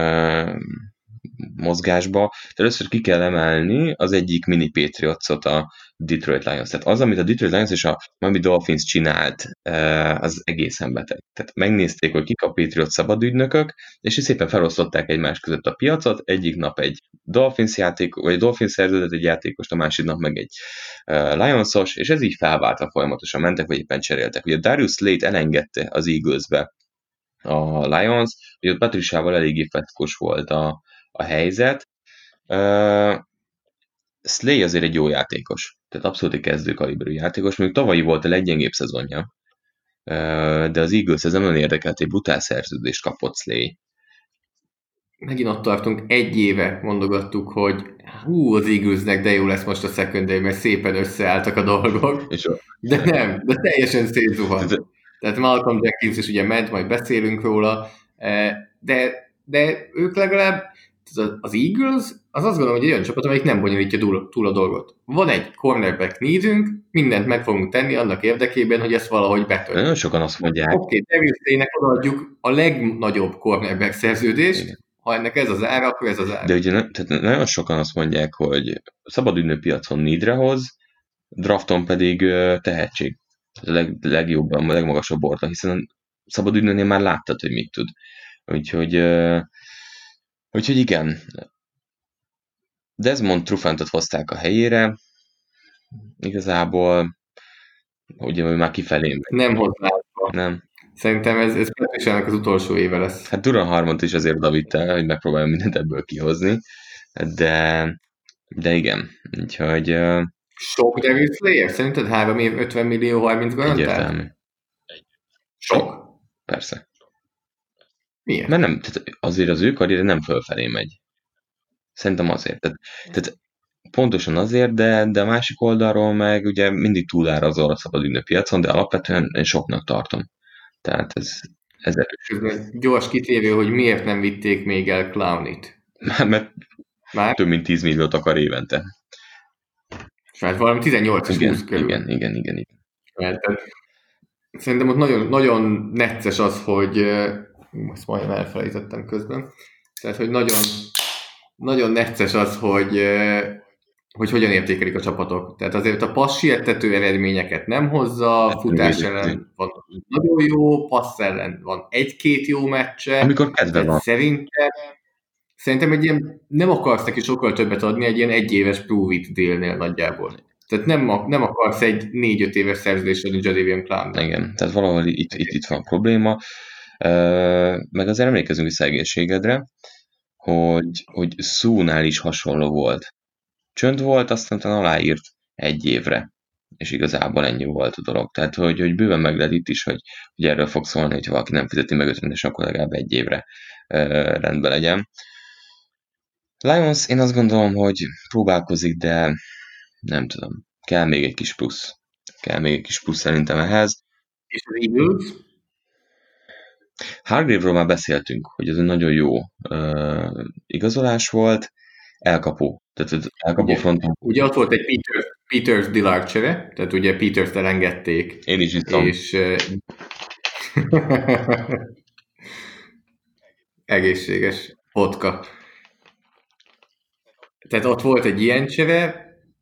mozgásba. De először ki kell emelni az egyik mini Patriotsot, a Detroit Lions. Tehát az, amit a Detroit Lions és a Miami Dolphins csinált, az egészen beteg. Tehát megnézték, hogy kik a Patriots szabadügynökök, és szépen felosztották egymás között a piacot, egyik nap egy Dolphins játékos, vagy Dolphins szerződött egy játékost, a másik nap meg egy Lions-os, és ez így felváltva folyamatosan mentek, vagy éppen cseréltek. Ugye Darius Slade elengedte az Eagles-be a Lions, hogy ott Patriciával eléggé fetkos volt a helyzet. Slay azért egy jó játékos, tehát abszolút egy kezdőkaliberű játékos, még tavalyi volt a leggyengébb szezonja, de az Eagles ez nem nagyon érdekelt, egy brutál szerződést kapott Slay. Megint ott tartunk, egy éve mondogattuk, hogy az Eaglesnek de jó lesz most a secondary, mert szépen összeálltak a dolgok, de nem, de teljesen szétzuhant. Tehát Malcolm Jenkins is ugye ment, majd beszélünk róla, de ők legalább, az Eagles, az azt gondolom, hogy egy olyan csapat, amelyik nem bonyolítja túl a dolgot. Van egy cornerback needünk, mindent meg fogunk tenni annak érdekében, hogy ezt valahogy betöltjük. Nagyon sokan azt mondják. Oké, Darius Slay-nek odaadjuk a legnagyobb cornerback szerződést, igen. Ha ennek ez az ára, akkor ez az ára. De ugye tehát nagyon sokan azt mondják, hogy szabadügynő piacon needre hoz, drafton pedig tehetség. A legjobb, a legmagasabb borda, hiszen szabadügynőnél már láttad, hogy mit tud. Úgyhogy igen. Desmond Truffantot hozták a helyére. Igazából ugye már kifelé. Nem hozzá. Nem. Szerintem ez Patriciának az utolsó éve lesz. Hát Duran Harmont is azért odavitte, hogy megpróbálja mindent ebből kihozni. De igen. Úgyhogy... Sok Darius Slay? Szerinted 3 év 50 millió 30 garantált? Egyértelmű. Sok? Persze. Miért? Mert nem, tehát azért az ő karriere nem fölfelé megy. Szerintem azért. Tehát pontosan azért, de a másik oldalról meg ugye mindig túlárazol a szabadügynő piacon, de alapvetően én soknak tartom. Tehát ez erős. Gyors kitérő, hogy miért nem vitték még el Clowney-t? Mert több mint 10 milliót akar évente. Hát valami 18-20 körül. Igen. Szerintem ott nagyon, nagyon necces az, hogy ezt majdnem elfelejtettem közben. Tehát, hogy nagyon, nagyon necces az, hogy hogyan értékelik a csapatok. Tehát azért a passz siettető eredményeket nem hozza, futás ellen van nagyon jó, passz ellen van 1-2 jó meccse. Amikor kedve van. Szerintem egy ilyen, nem akarsz neki sokkal többet adni egy ilyen 1 éves prove-it dealnél nagyjából. Tehát nem akarsz egy 4-5 éves szerződést adni Jadavion Clownnak. Igen, tehát valahol itt van a probléma. Meg azért emlékezünk vissza egészségedre, hogy Sue-nál is hasonló volt. Csönd volt, aztán aláírt 1 évre, és igazából ennyi volt a dolog. Tehát, hogy bőven meg lehet itt is, hogy erről fog szólni, hogy valaki nem fizeti meg 50-es, akkor legalább 1 évre rendben legyen. Lions, én azt gondolom, hogy próbálkozik, de nem tudom. Kell még egy kis plusz. Kell még egy kis plusz szerintem ehhez. És az Eagles? Hargrave-ról már beszéltünk, hogy ez egy nagyon jó igazolás volt. Elkapó. Tehát elkapó fronton. Ugye ott volt egy Peters Dillard csere, tehát ugye Peters-t elengedték. Én is iszom. És egészséges vodka. Tehát ott volt egy ilyen csere.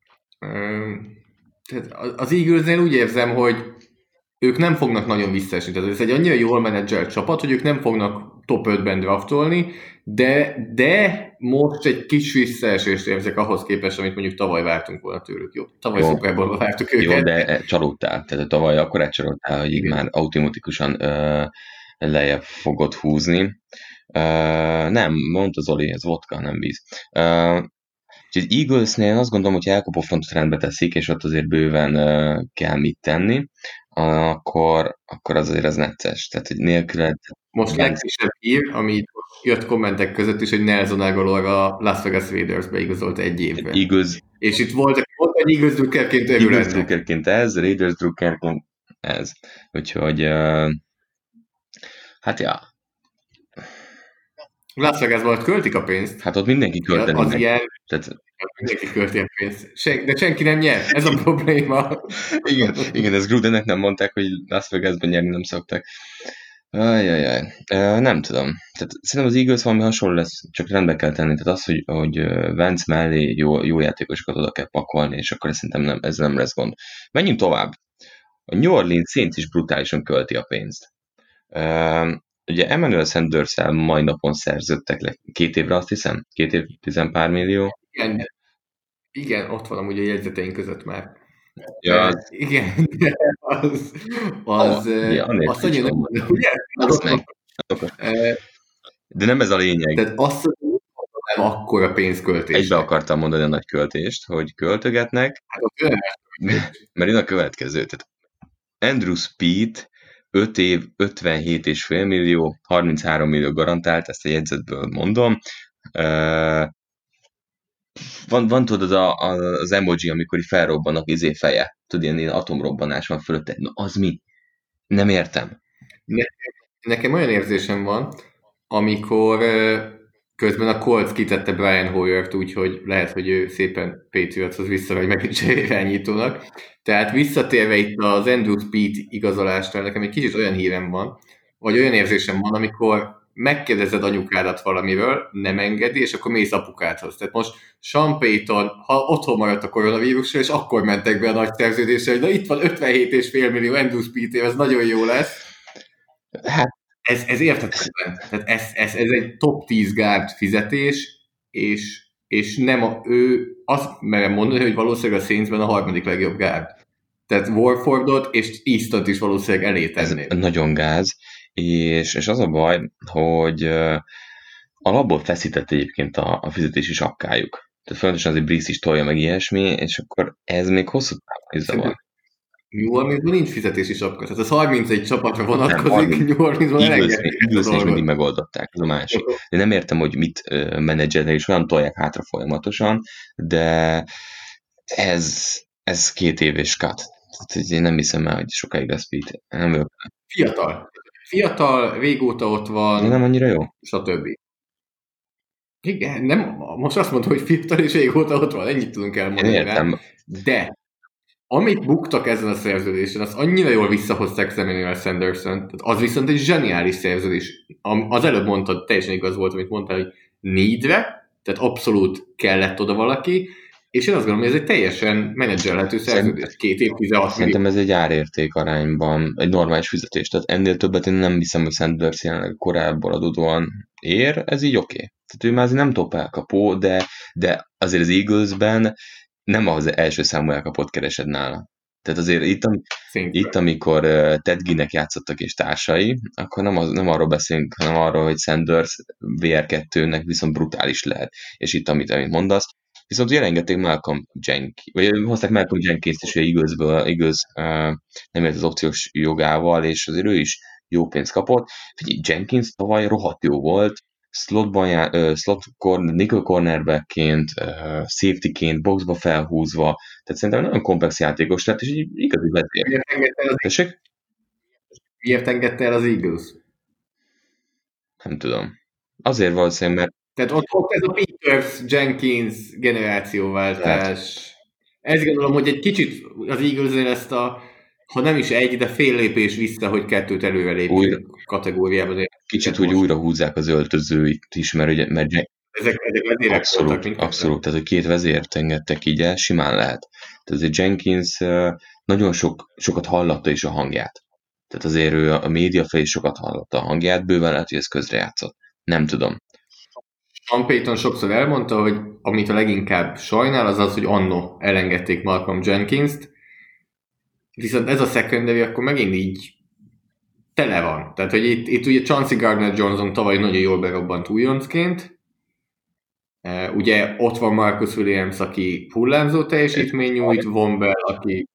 Tehát az Eaglesnél úgy érzem, hogy ők nem fognak nagyon visszaesni. Tehát ez egy annyira jól menedzselt csapat, hogy ők nem fognak top 5-ben draftolni, de most egy kis visszaesést érzek ahhoz képest, amit mondjuk tavaly vártunk volna tőlük. Jó, tavaly Super Bowl-ba vártuk őket. Jó, de csalódtál. Tehát tavaly akkor elcsalódtál, hogy így már automatikusan lejjebb fogod húzni. Nem, mondta Zoli, ez vodka, nem víz. Úgyhogy Eaglesnél azt gondolom, hogy elkapó frontot rendbe teszik, és ott azért bőven kell mit tenni, akkor az azért az necces. Tehát, hogy nélküled... Most legfrissebb hír, ami jött kommentek között is, hogy Nelson Aguilar a Las Vegas Raidersbe igazolt egy évre. Eagles... És itt volt, hogy Eagles drukkerként örül Eagles drukkerként ez, Raiders drukkerként ez. Úgyhogy... hát ja. Las Vegasban költik a pénzt. Hát ott mindenki költeni. Az ilyen... Tehát... Mindenki költi a pénzt. De senki nem nyer. Ez a probléma. igen, ezt Grudennek nem mondták, hogy Las Vegasban nyerni nem szoktak. Nem tudom. Tehát szerintem az Eagles valami hasonló lesz, csak rendbe kell tenni. Tehát az, hogy Vance mellé jó játékosokat oda kell pakolni, és akkor szerintem ez nem lesz gond. Menjünk tovább. A New Orleans Saints is brutálisan költi a pénzt. Ugye Emmanuel Sanders-el mai napon szerződtek le 2 évre, azt hiszem? 2 év, 10 pár millió. Igen, ott van amúgy a jegyzeteink között már. Ja, igen, az annyira nem mondom, ugye? De nem ez a lényeg. Tehát azt nem akkora pénzköltés. Egybe akartam mondani a nagy költést, hogy költögetnek, mert jön a következő. Tehát Andrew Speed 5 év, 57,5 millió, 33 millió garantált, ezt a jegyzetből mondom. Van tudod az emoji, amikor felrobbannak feje. Tudod, ilyen atomrobbanás van fölötte. Na, az mi? Nem értem. Nekem olyan érzésem van, amikor közben a Colts kitette Brian Hoyert, úgyhogy lehet, hogy ő szépen Patriotshoz visszamegy megint irányítónak. Tehát visszatérve itt az Andrew Speed igazolásnál, nekem egy kicsit olyan hírem van, vagy olyan érzésem van, amikor megkérdezed anyukádat valamiről, nem engedi, és akkor mész apukádhoz. Tehát most Sean Payton, ha otthon maradt a koronavírusra, és akkor mentek be a nagy szerződésre, hogy na itt van 57,5 millió Andrew Speed, ez nagyon jó lesz. Hát, ez érthetetlen. Tehát ez egy top 10 guard fizetés, és nem ő azt merem mondani, hogy valószínűleg a Saintsben a 3. legjobb guard. Tehát Warfordot és Easton-t is valószínűleg elé tennéd. Ez nagyon gáz, és az a baj, hogy alapból feszített egyébként a fizetési sapkájuk. Tehát fontosan azért Breeze is tolja meg ilyesmi, és akkor ez még hosszú távon is zavar. New Orleansban nincs fizetési sapka. Tehát az 31 csapatra vonatkozik, New Orleansban elengedték. Eagles-nél is mindig megoldották, ez a másik. De nem értem, hogy mit menedzselnek, és olyan tolják hátra folyamatosan, de ez 2 éves cut. Tehát én nem hiszem el, hogy sokáig lesz Pete. Nem Fiatal, régóta ott van. De nem annyira jó. Stb. Igen, nem, most azt mondta, hogy fiatal és régóta ott van, ennyit tudunk elmondani. Értem. De amit buktak ezen a szerződésen, azt annyira jól visszahozták Emmanuel Sanderson, tehát az viszont egy zseniális szerződés. Az előbb mondtad, teljesen igaz volt, amit mondtál, hogy needre, tehát abszolút kellett oda valaki, és én azt gondolom, hogy ez egy teljesen menedzselhető szerződés. 2 év, 16 millió. Szerintem ez egy árérték arányban egy normális fizetés, tehát ennél többet én nem hiszem, hogy Sanders jelenleg korábban adódóan ér, ez így oké. Tehát ő már azért nem top elkapó, de azért az Eaglesben nem az első számú elkapott keresed nála. Tehát azért itt amikor Ted Ginn-nek játszottak és társai, akkor nem arról beszélünk, hanem arról, hogy Sanders VR2-nek viszont brutális lehet. És itt, amit mondasz, viszont jelengették Malcolm Jenkins, vagy hozták Malcolm Jenkins-t is, hogy Eagles nem ért az opciós jogával, és azért ő is jó pénzt kapott. Jenkins tavaly rohadt jó volt, nickel cornerbackként, safetyként, boxba felhúzva, tehát szerintem nagyon komplex játékos lett, és egy igazi vezér. Tessék? Miért engedte el az Eagles? Nem tudom. Azért valószínűleg, mert... Tehát ott ez a Peters-Jenkins generációváltás. Ezt gondolom, hogy egy kicsit az Eaglesnél ezt ha nem is egy, de fél lépés vissza, hogy kettőt előre lépjünk kategóriában. Kicsit úgy újra húzzák az öltözőit is, mert ezek vezérek abszolút, tehát hogy két vezért engedtek így el, simán lehet. Tehát azért Jenkins nagyon sokat hallatta is a hangját. Tehát azért ő a média felé sokat hallotta a hangját, bőven lehet, hogy ez közrejátszott. Nem tudom. Sean Payton sokszor elmondta, hogy amit a leginkább sajnál, az az, hogy anno elengedték Malcolm Jenkins-t, viszont ez a secondary akkor megint így tele van. Tehát, hogy itt ugye Chauncey Gardner-Johnson tavaly nagyon jól berobbant újoncként, ugye ott van Marcus Williams, aki hullámzó teljesítmény nyújt, Von Bell, aki...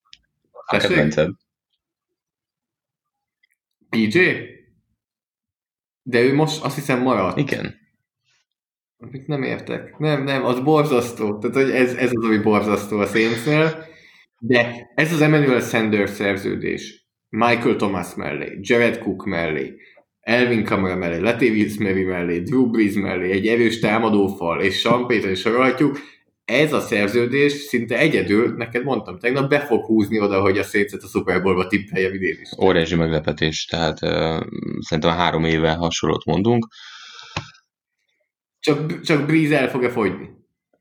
PJ? De ő most azt hiszem maradt. Igen. Amit nem értek. Nem, az borzasztó. Tehát, hogy ez az, ami borzasztó a Saintsnél. De ez az Emmanuel Sanders szerződés, Michael Thomas mellé, Jared Cook mellé, Elvin Kamara mellé, Latavius Murray mellé, Drew Brees mellé, egy erős támadófal, és Sean Payton is sorolhatjuk, ez a szerződés szinte egyedül, neked mondtam tegnap, be fog húzni oda, hogy a Saints-et a Super Bowl-ba tippelje idén is. Óriási meglepetés, tehát szerintem 3 éve hasonlót mondunk. Csak Brees el fog-e fogyni?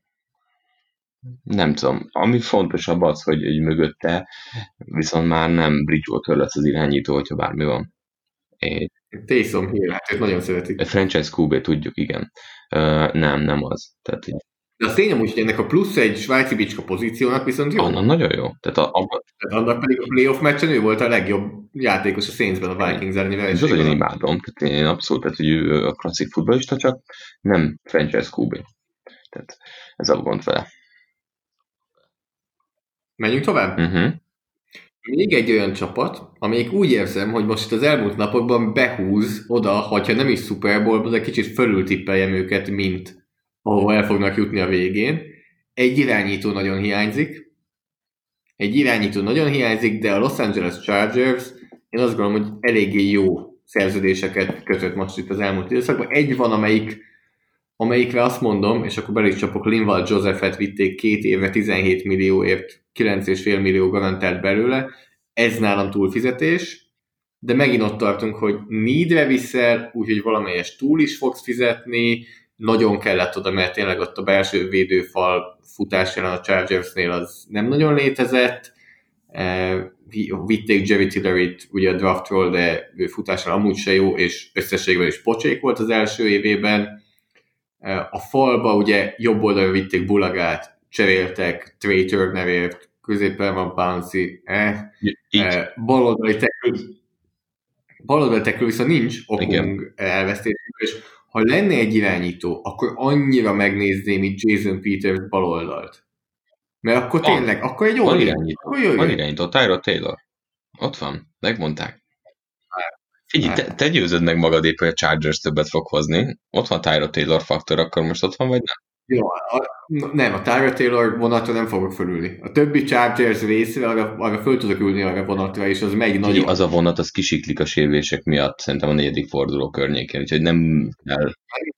Nem tudom. Ami fontosabb az, hogy mögötte viszont már nem Bridgewater lesz az irányító, hogyha bármi van. Taysom Hill, hát őt nagyon szeretik. A franchise QB, tudjuk, igen. Nem az. Tehát, de az tényleg úgy, hogy ennek a plusz egy svájci bicska pozíciónak viszont jó. Nagyon jó. Tehát annak pedig a playoff meccsen ő volt a legjobb játékos a Saintsben a Vikings elleni versenyben. Ez az, én imádom. Tehát én abszolút, tehát, hogy ő a klasszik futballista, csak nem franchise QB. Tehát ez a gond vele. Menjünk tovább? Még egy olyan csapat, amelyik úgy érzem, hogy most az elmúlt napokban behúz oda, hogyha nem is Super Bowl, de kicsit fölül tippeljem őket, mint ahova el fognak jutni a végén. Egy irányító nagyon hiányzik, de a Los Angeles Chargers, én azt gondolom, hogy eléggé jó szerződéseket kötött most itt az elmúlt időszakban. Egy van, amelyikre azt mondom, és akkor bele is csapok, Linval Josephet vitték 2 évre 17 millióért, 9,5 millió garantált belőle, ez nálam túlfizetés, de megint ott tartunk, hogy needre viszel, úgyhogy valamelyes túl is fogsz fizetni, nagyon kellett oda, mert tényleg ott a belső védőfal futás ellen a Chargersnél az nem nagyon létezett, vitték Jerry Tilleryt ugye a draftról, de ő futásra amúgy se jó, és összességben is pocsék volt az első évében. A falba ugye jobb oldalra vitték Bulagát, cseréltek Trey Turnerért, középen van Pouncey, baloldali tekül viszont nincs okunk elvesztésére, és ha lenne egy irányító, akkor annyira megnézném itt Jason Peters baloldalt. Mert akkor tényleg, akkor egy jó irányító. Van irányító, Tyrod Taylor. Ott van, megmondták. Figyelj, te győzöd meg magad épp, hogy a Chargers többet fog hozni. Ott van Tyrod Taylor faktor, akkor most ott van, vagy nem? Jó, nem, a Tyrod Taylor vonatra nem fogok fölülni. A többi Chargers részre arra föl tudok ülni arra vonatra, és az megy nagyon. Az a vonat, az kisiklik a sérülések miatt, szerintem a 4. forduló környékén, úgyhogy nem kell.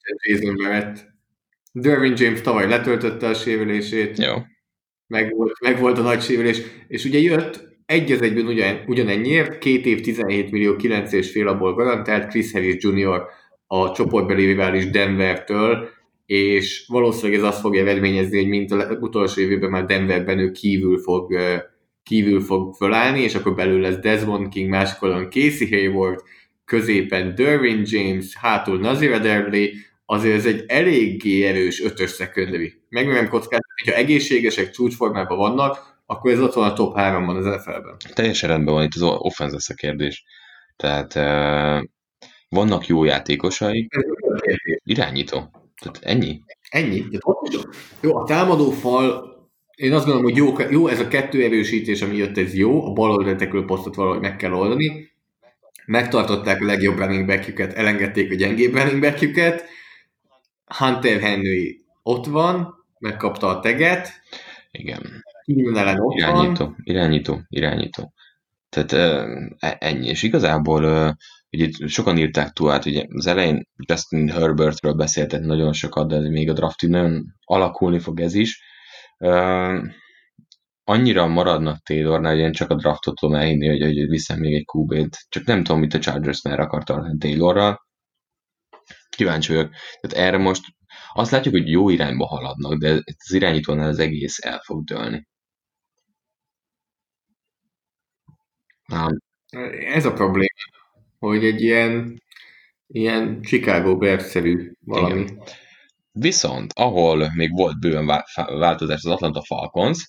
Derwin James tavaly letöltötte a sérülését. Jó. Meg volt a nagy sérülés, és ugye jött egy az egyben ugyanennyiért, 2 év 17 millió 9,5 abból garantált Chris Harris Jr. a csoportbeli rivális Denvertől, és valószínűleg ez azt fogja eredményezni, hogy mint az utolsó évben már Denverben ő kívül fog fölállni, és akkor belül lesz Desmond King, másik oldalon Casey Hayward, középen Derwin James, hátul Nazir Adderley, azért ez egy eléggé erős 5-ös secondary. Megmondom kockázat, hogyha egészségesek, csúcsformában vannak, akkor ez ott van a top 3-ban az NFL-ben. Teljesen rendben van, itt az offense lesz a kérdés. Tehát vannak jó játékosaik, irányító. Tehát ennyi. Jó, a támadó fal, én azt gondolom, hogy jó ez a 2 erősítés, ami jött, ez jó, a bal oldali tackle posztot valahogy meg kell oldani. Megtartották a legjobb running backjüket, elengedték a gyengébb running backjüket, Hunter Henry ott van, megkapta a teget. Igen. Keenan Allen ott Irányító. Tehát ennyi. És igazából ugye sokan írták túl, ugye az elején Justin Herbertről beszéltek nagyon sokat, de még a draftig nagyon alakulni fog ez is. Annyira maradnak Taylornál, hogy én csak a draftot tudom elhinni, hogy viszem még egy QB-t. Csak nem tudom, mit a Chargers merre akar tartani Taylorral. Kíváncsi vagyok. Tehát erre most azt látjuk, hogy jó irányba haladnak, de az irányítónál az egész el fog dőlni. Ez a probléma, hogy egy ilyen Chicago Bears-szerű valami. Igen. Viszont, ahol még volt bőven változás, az Atlanta Falcons,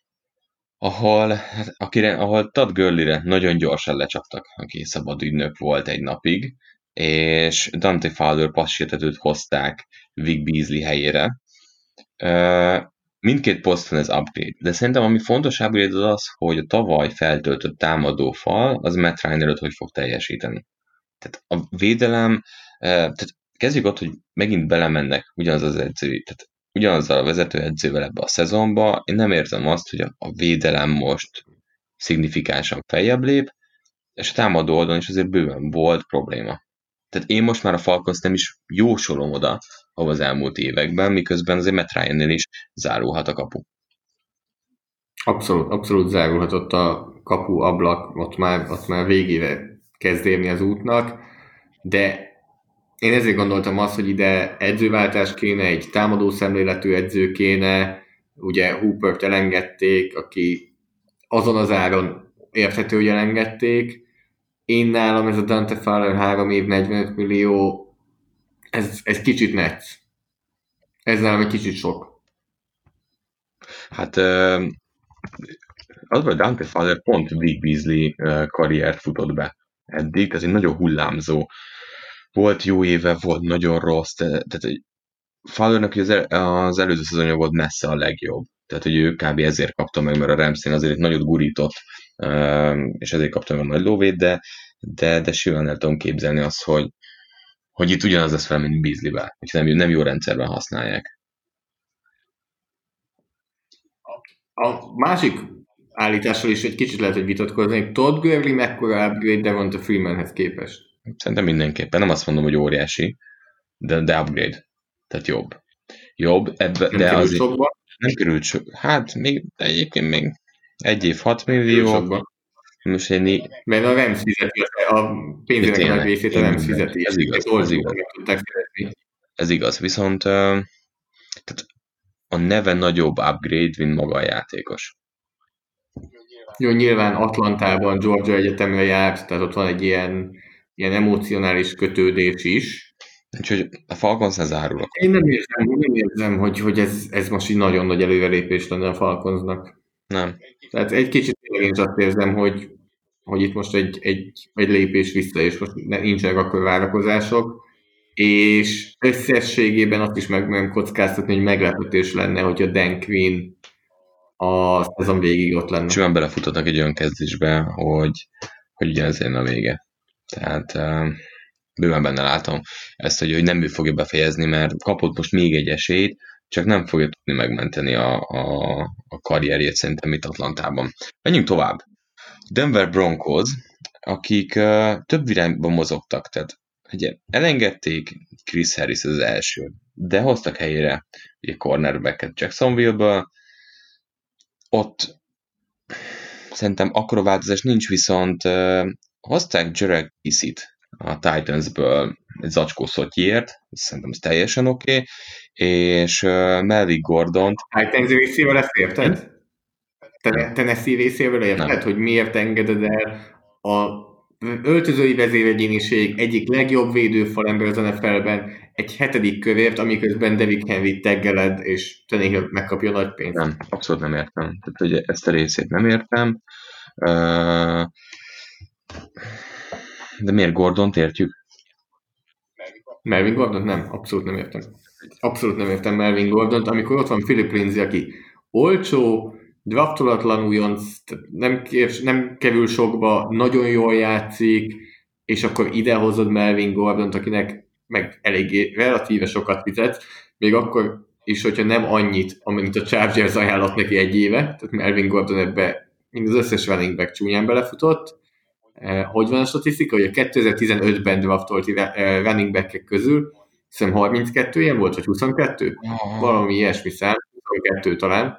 ahol Todd Gurley-re nagyon gyorsan lecsaptak, aki szabad ügynök volt egy napig, és Dante Fowler passértetőt hozták Vic Beasley helyére. Mindkét poszton ez upgrade, de szerintem ami fontos upgrade az, hogy a tavaly feltöltött támadó fal, az Matt Ryan előtt hogy fog teljesíteni. Tehát a védelem, tehát kezdjük ott, hogy megint belemennek ugyanazzal a vezetőedzővel ebbe a szezonba. Én nem érzem azt, hogy a védelem most szignifikánsan feljebb lép, és a támadó oldalon is azért bőven volt probléma. Tehát én most már a Falcons nem is jósolom oda, ahol az elmúlt években, miközben azért Matt Ryan-nél is zárulhat a kapu. Abszolút zárulhatott a kapu ablak, ott már végére kezd érni az útnak, de én ezért gondoltam azt, hogy ide edzőváltás kéne, egy támadó szemléletű edző kéne, ugye Hoopert elengedték, aki azon az áron érthető, hogy elengedték. Én nálam ez a Dante Fowler 3 év 45 millió, ez kicsit netsz. Ez nálam egy kicsit sok. Hát az vagy Dante Fowler pont Vic Beasley karriert futott be eddig, ez egy nagyon hullámzó. Volt jó éve, volt nagyon rossz, tehát Fowlernek az előző szezonja volt messze a legjobb. Tehát, hogy ő kb. Ezért kapta meg, mert a Ramsey azért egy nagyot gurított, és ezért kapta meg a nagy lóvét, de simán el tudom képzelni azt, hogy itt ugyanaz lesz fel, mint Beasley-vel, hogy nem jó rendszerben használják. A másik állítással is egy kicsit lehet, hogy vitatkozni. Todd Gurley mekkora upgrade Devonta Freemanhez képest? Szerintem mindenképpen. Nem azt mondom, hogy óriási, de upgrade. Tehát jobb. De azért sokba. Nem került sok. Hát még egyébként még 1 év 6 millió. Most mert a Rams fizeti, a pénzének nagy részét a Rams fizeti. Ez igaz. Ez igaz. Viszont tehát a neve nagyobb upgrade, mint maga a játékos. Jó, nyilván Atlantában, Georgia Egyetemre járt, tehát ott van egy ilyen emocionális kötődés is. Úgyhogy a Falconsnál zárulok. Én nem érzem, hogy ez most így nagyon nagy előrelépés lenne a Falconsnak. Nem. Tehát egy kicsit én is azt érzem, hogy itt most egy lépés vissza, és most nincsenek akkor várakozások, és összességében azt is meg kockáztatni, hogy meglepetés lenne, hogyha Dan Quinn a szezon végig ott lenne. Simán belefutottak egy olyan kezdésbe, hogy ugyanez lenne a vége. Tehát bőven benne látom ezt, hogy nem ő fogja befejezni, mert kapott most még egy esélyt, csak nem fogja tudni megmenteni a karrierjét szerintem itt Atlantában. Menjünk tovább. Denver Broncos, akik több irányban mozogtak, tehát ugye elengedték Chris Harris az első, de hoztak helyére ugye cornerbacket Jacksonville-ből. Ott szerintem akkora változás nincs, viszont hozták Jarek Kissit a Titansből egy zacskó szottyért, szerintem ez teljesen oké, és Melvin Gordont. Titans részével ezt érted? Tennessee részével érted, hogy miért engeded el a öltözői vezéregyéniség egyik legjobb védőfalember az NFL-ben egy 7. kövért, amiközben Derrick Henry teggeled, és Tannehill megkapja nagy pénzt. Nem, abszolút nem értem. Tehát ugye ezt a részét nem értem. De miért Gordont értjük? Melvin Gordont? Nem, abszolút nem értem. Abszolút nem értem Melvin Gordont, amikor ott van Philip Lindsay, aki olcsó, draftolatlan újonc, nem kerül sokba, nagyon jól játszik, és akkor idehozod Melvin Gordont, akinek meg eléggé relatíve sokat fizet, még akkor is, hogyha nem annyit, amennyit a Chargers ajánlott neki egy éve, tehát Melvin Gordon ebbe mind az összes running back csúnyán belefutott. Hogy van a statisztika, hogy a 2015-ben draftolt running back-ek közül hiszem 32 ilyen volt, vagy 22? Valami ilyesmi szám, 22 talán.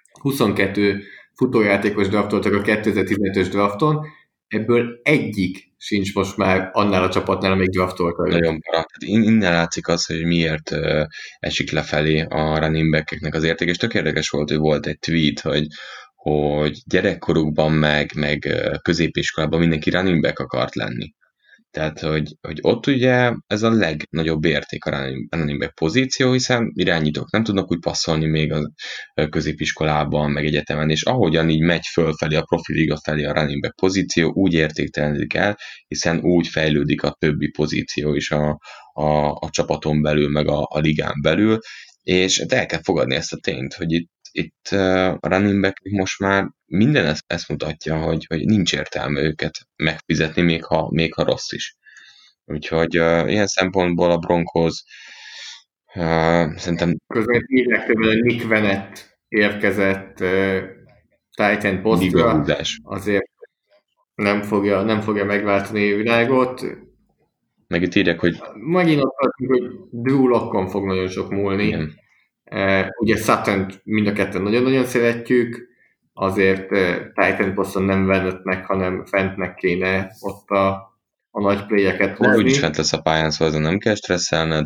22 futójátékos draftoltak a 2015-ös drafton, ebből egyik sincs most már annál a csapatnál, amelyik draftolta. Nagyon para. Innen látszik az, hogy miért esik lefelé a running back-eknek az érték, és tök érdekes volt, hogy volt egy tweet, hogy gyerekkorukban meg középiskolában mindenki running back akart lenni. Tehát, hogy ott ugye ez a legnagyobb érték a running back pozíció, hiszen irányítók nem tudnak úgy passzolni még a középiskolában, meg egyetemen, és ahogyan így megy fölfelé a profiliga felé a running back pozíció, úgy értéktelenik el, hiszen úgy fejlődik a többi pozíció is a csapaton belül, meg a ligán belül, és el kell fogadni ezt a tényt, hogy itt a running back most már minden ezt mutatja, hogy nincs értelme őket megfizetni, még ha rossz is. Úgyhogy ilyen szempontból a Broncos szerintem... Közben hívják többen, hogy Nick Vannett érkezett Titan posztra, azért nem fogja megváltani a világot. Meg itt írják, hogy... Megint azt mondjuk, hogy Drew Lockon fog nagyon sok múlni. Igen. Ugye Sutton mind a ketten nagyon-nagyon szeretjük, azért Titan poszton nem Vannettnek, hanem Fentnek kéne ott a nagy play-eket hozni. Úgyis fent lesz a pályán, szóval ezen nem kell stresszelned.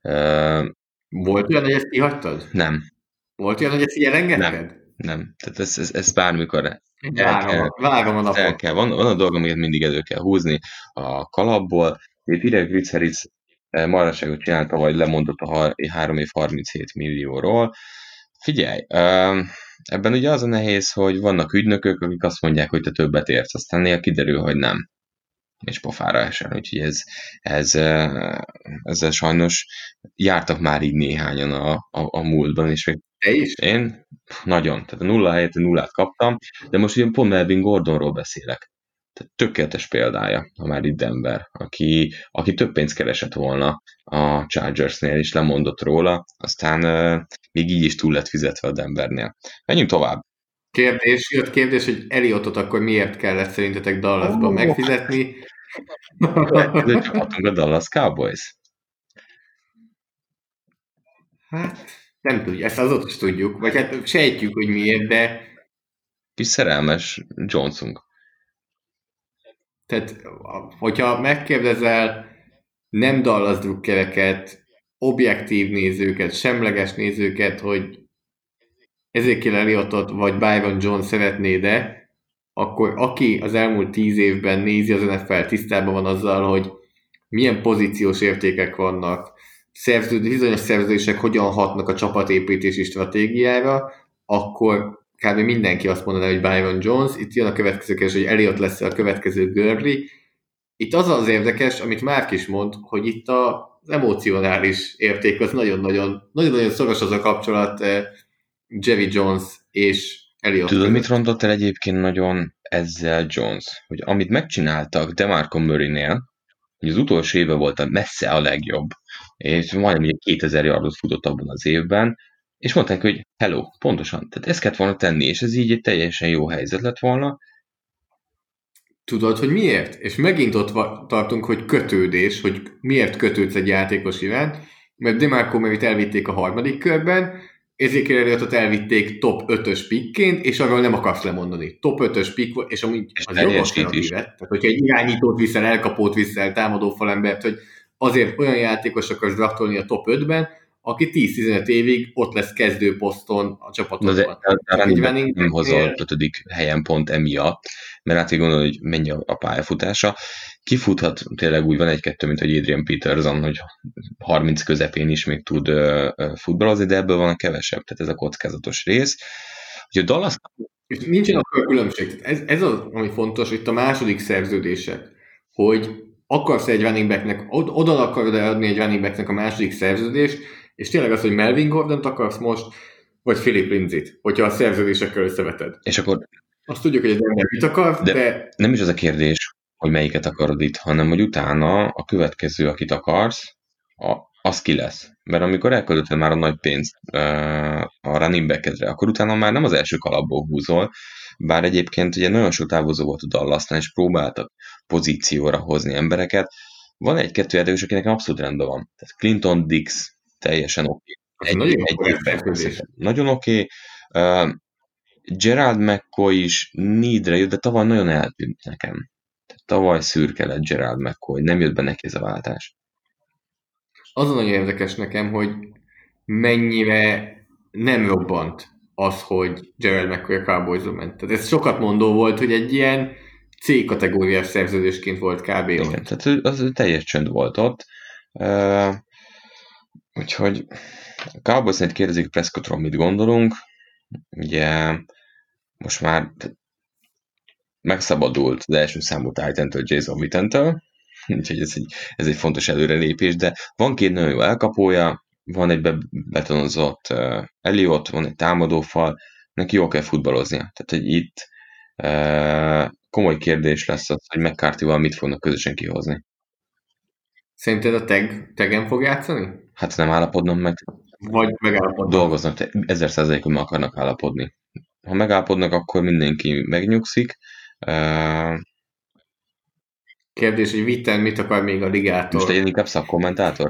Volt olyan, hogy ezt kihagytad? Nem. Volt olyan, hogy ezt így elengedted? Nem. Tehát ez bármikor várom a napot. Van a dolog, amit mindig elő kell húzni a kalapból. Itt ide Chris Harris marhaságot csinálta, vagy lemondott a 3 év 37 millióról. Figyelj, ebben ugye az a nehéz, hogy vannak ügynökök, akik azt mondják, hogy te többet érsz, aztán néha kiderül, hogy nem. És pofára esel, úgyhogy ezzel sajnos jártak már így néhányan a múltban, és még te is? Én nagyon, tehát a 0 helyett a 0-át kaptam, de most ugye pont Melvin Gordonról beszélek. Tehát tökéletes példája, ha már itt Denver, aki több pénzt keresett volna a Chargersnél, és lemondott róla, aztán még így is túl lett fizetve a Denvernél. Menjünk tovább. Kérdés, hogy Elliotot akkor miért kellett szerintetek Dallasban megfizetni? Ez egy csapatunk a Dallas Cowboys. Hát, nem tudjuk, ezt azóta is tudjuk, vagy hát sejtjük, hogy miért, de... Kis szerelmes Jonesunk. Tehát, hogyha megkérdezel nem Dallas drukkereket, objektív nézőket, semleges nézőket, hogy Ezekiel Elliotot vagy Byron Jones szeretné, akkor aki az elmúlt 10 évben nézi az NFL, tisztában van azzal, hogy milyen pozíciós értékek vannak, bizonyos szerződések hogyan hatnak a csapatépítési stratégiára, akkor kb. Mindenki azt mondaná, hogy Byron Jones. Itt jön a következő kérdés, hogy Elliott lesz a következő Gurley. Itt az érdekes, amit Márk is mond, hogy itt az emocionális érték az nagyon-nagyon szoros az a kapcsolat Jerry Jones és Elliott. Tudod, mit rontott el egyébként nagyon ezzel Jones? Hogy amit megcsináltak DeMarco Murray-nél, hogy az utolsó éve volt messze a legjobb, és majdnem 2000 yardot futott abban az évben, és mondták, hogy hello, pontosan, tehát ezt kellett volna tenni, és ez így egy teljesen jó helyzet lett volna. Tudod, hogy miért? És megint ott tartunk, hogy kötődés, hogy miért kötődsz egy játékos iránt, mert DeMarco Murrayt elvitték a 3. körben, Ezekiel Elliotot elvitték top 5-ös pickként, és arról nem akarsz lemondani. Top 5-ös pick volt, és amúgy az jogos kreatívet. Tehát, hogyha egy irányítót viszel, elkapót viszel, támadó falembert, hogy azért olyan játékos akarsz draftolni a top 5-ben, aki 10-15 évig ott lesz kezdőposzton a csapatokban. Nem hozol 5. helyen pont emiatt, mert át kell gondolni, hogy mennyi a pályafutása. Kifuthat tényleg úgy van egy-kettő, mint hogy Adrian Peterson, hogy 30 közepén is még tud futballozni, de ebből van a kevesebb, tehát ez a kockázatos rész. Úgyhogy Dallas... És nincsen akkor különbség. Ez az, ami fontos, itt a második szerződések, hogy akarsz egy running backnek, oda akarod adni egy running backnek a második szerződést, és tényleg az, hogy Melvin Gordont akarsz most, vagy Philip Lindsay-t, hogyha a szerződésekkel összeveted. És akkor... Azt tudjuk, hogy az ember mit akar, de... Nem is az a kérdés, hogy melyiket akarod itt, hanem hogy utána a következő, akit akarsz, az ki lesz. Mert amikor elköltötted már a nagy pénzt a running back-edre, akkor utána már nem az első kalapból húzol, bár egyébként ugye nagyon sok távozó volt a Dallasnál, és próbáltak pozícióra hozni embereket. Van egy-kettő játékos, aki nekem abszolút rendben van. Tehát Clinton Dix teljesen oké. Nagyon oké. Gerald McCoy is needre jött, de tavaly nagyon eltűnt nekem. Tehát tavaly szürke lett Gerald McCoy, nem jött be neki ez a váltás. Az nagyon érdekes nekem, hogy mennyire nem robbant az, hogy Gerald McCoy a Cowboys-on ment. Tehát ez sokat mondó volt, hogy egy ilyen C-kategóriás szerződésként volt kb. Igen, tehát az teljes csönd volt ott. Úgyhogy a Cowboys-nél kérdezik Prescottról, mit gondolunk. Ugye most már megszabadult az első számú Titan-től, Jason Witten-től, úgyhogy ez egy fontos előrelépés, de van két nagyon jó elkapója, van egy bebetonozott Elliott, van egy támadófal, neki jól kell futballoznia. Tehát, hogy itt komoly kérdés lesz az, hogy McCarthy-val mit fognak közösen kihozni. Szerinted a taggen fog játszani? Hát nem állapodnom meg. Vagy megállapodnak? Dolgoznak, 1000%-on meg akarnak állapodni. Ha megállapodnak, akkor mindenki megnyugszik. Kérdés, hogy Witten mit akar még a ligától? Most én inkább szakkommentátor?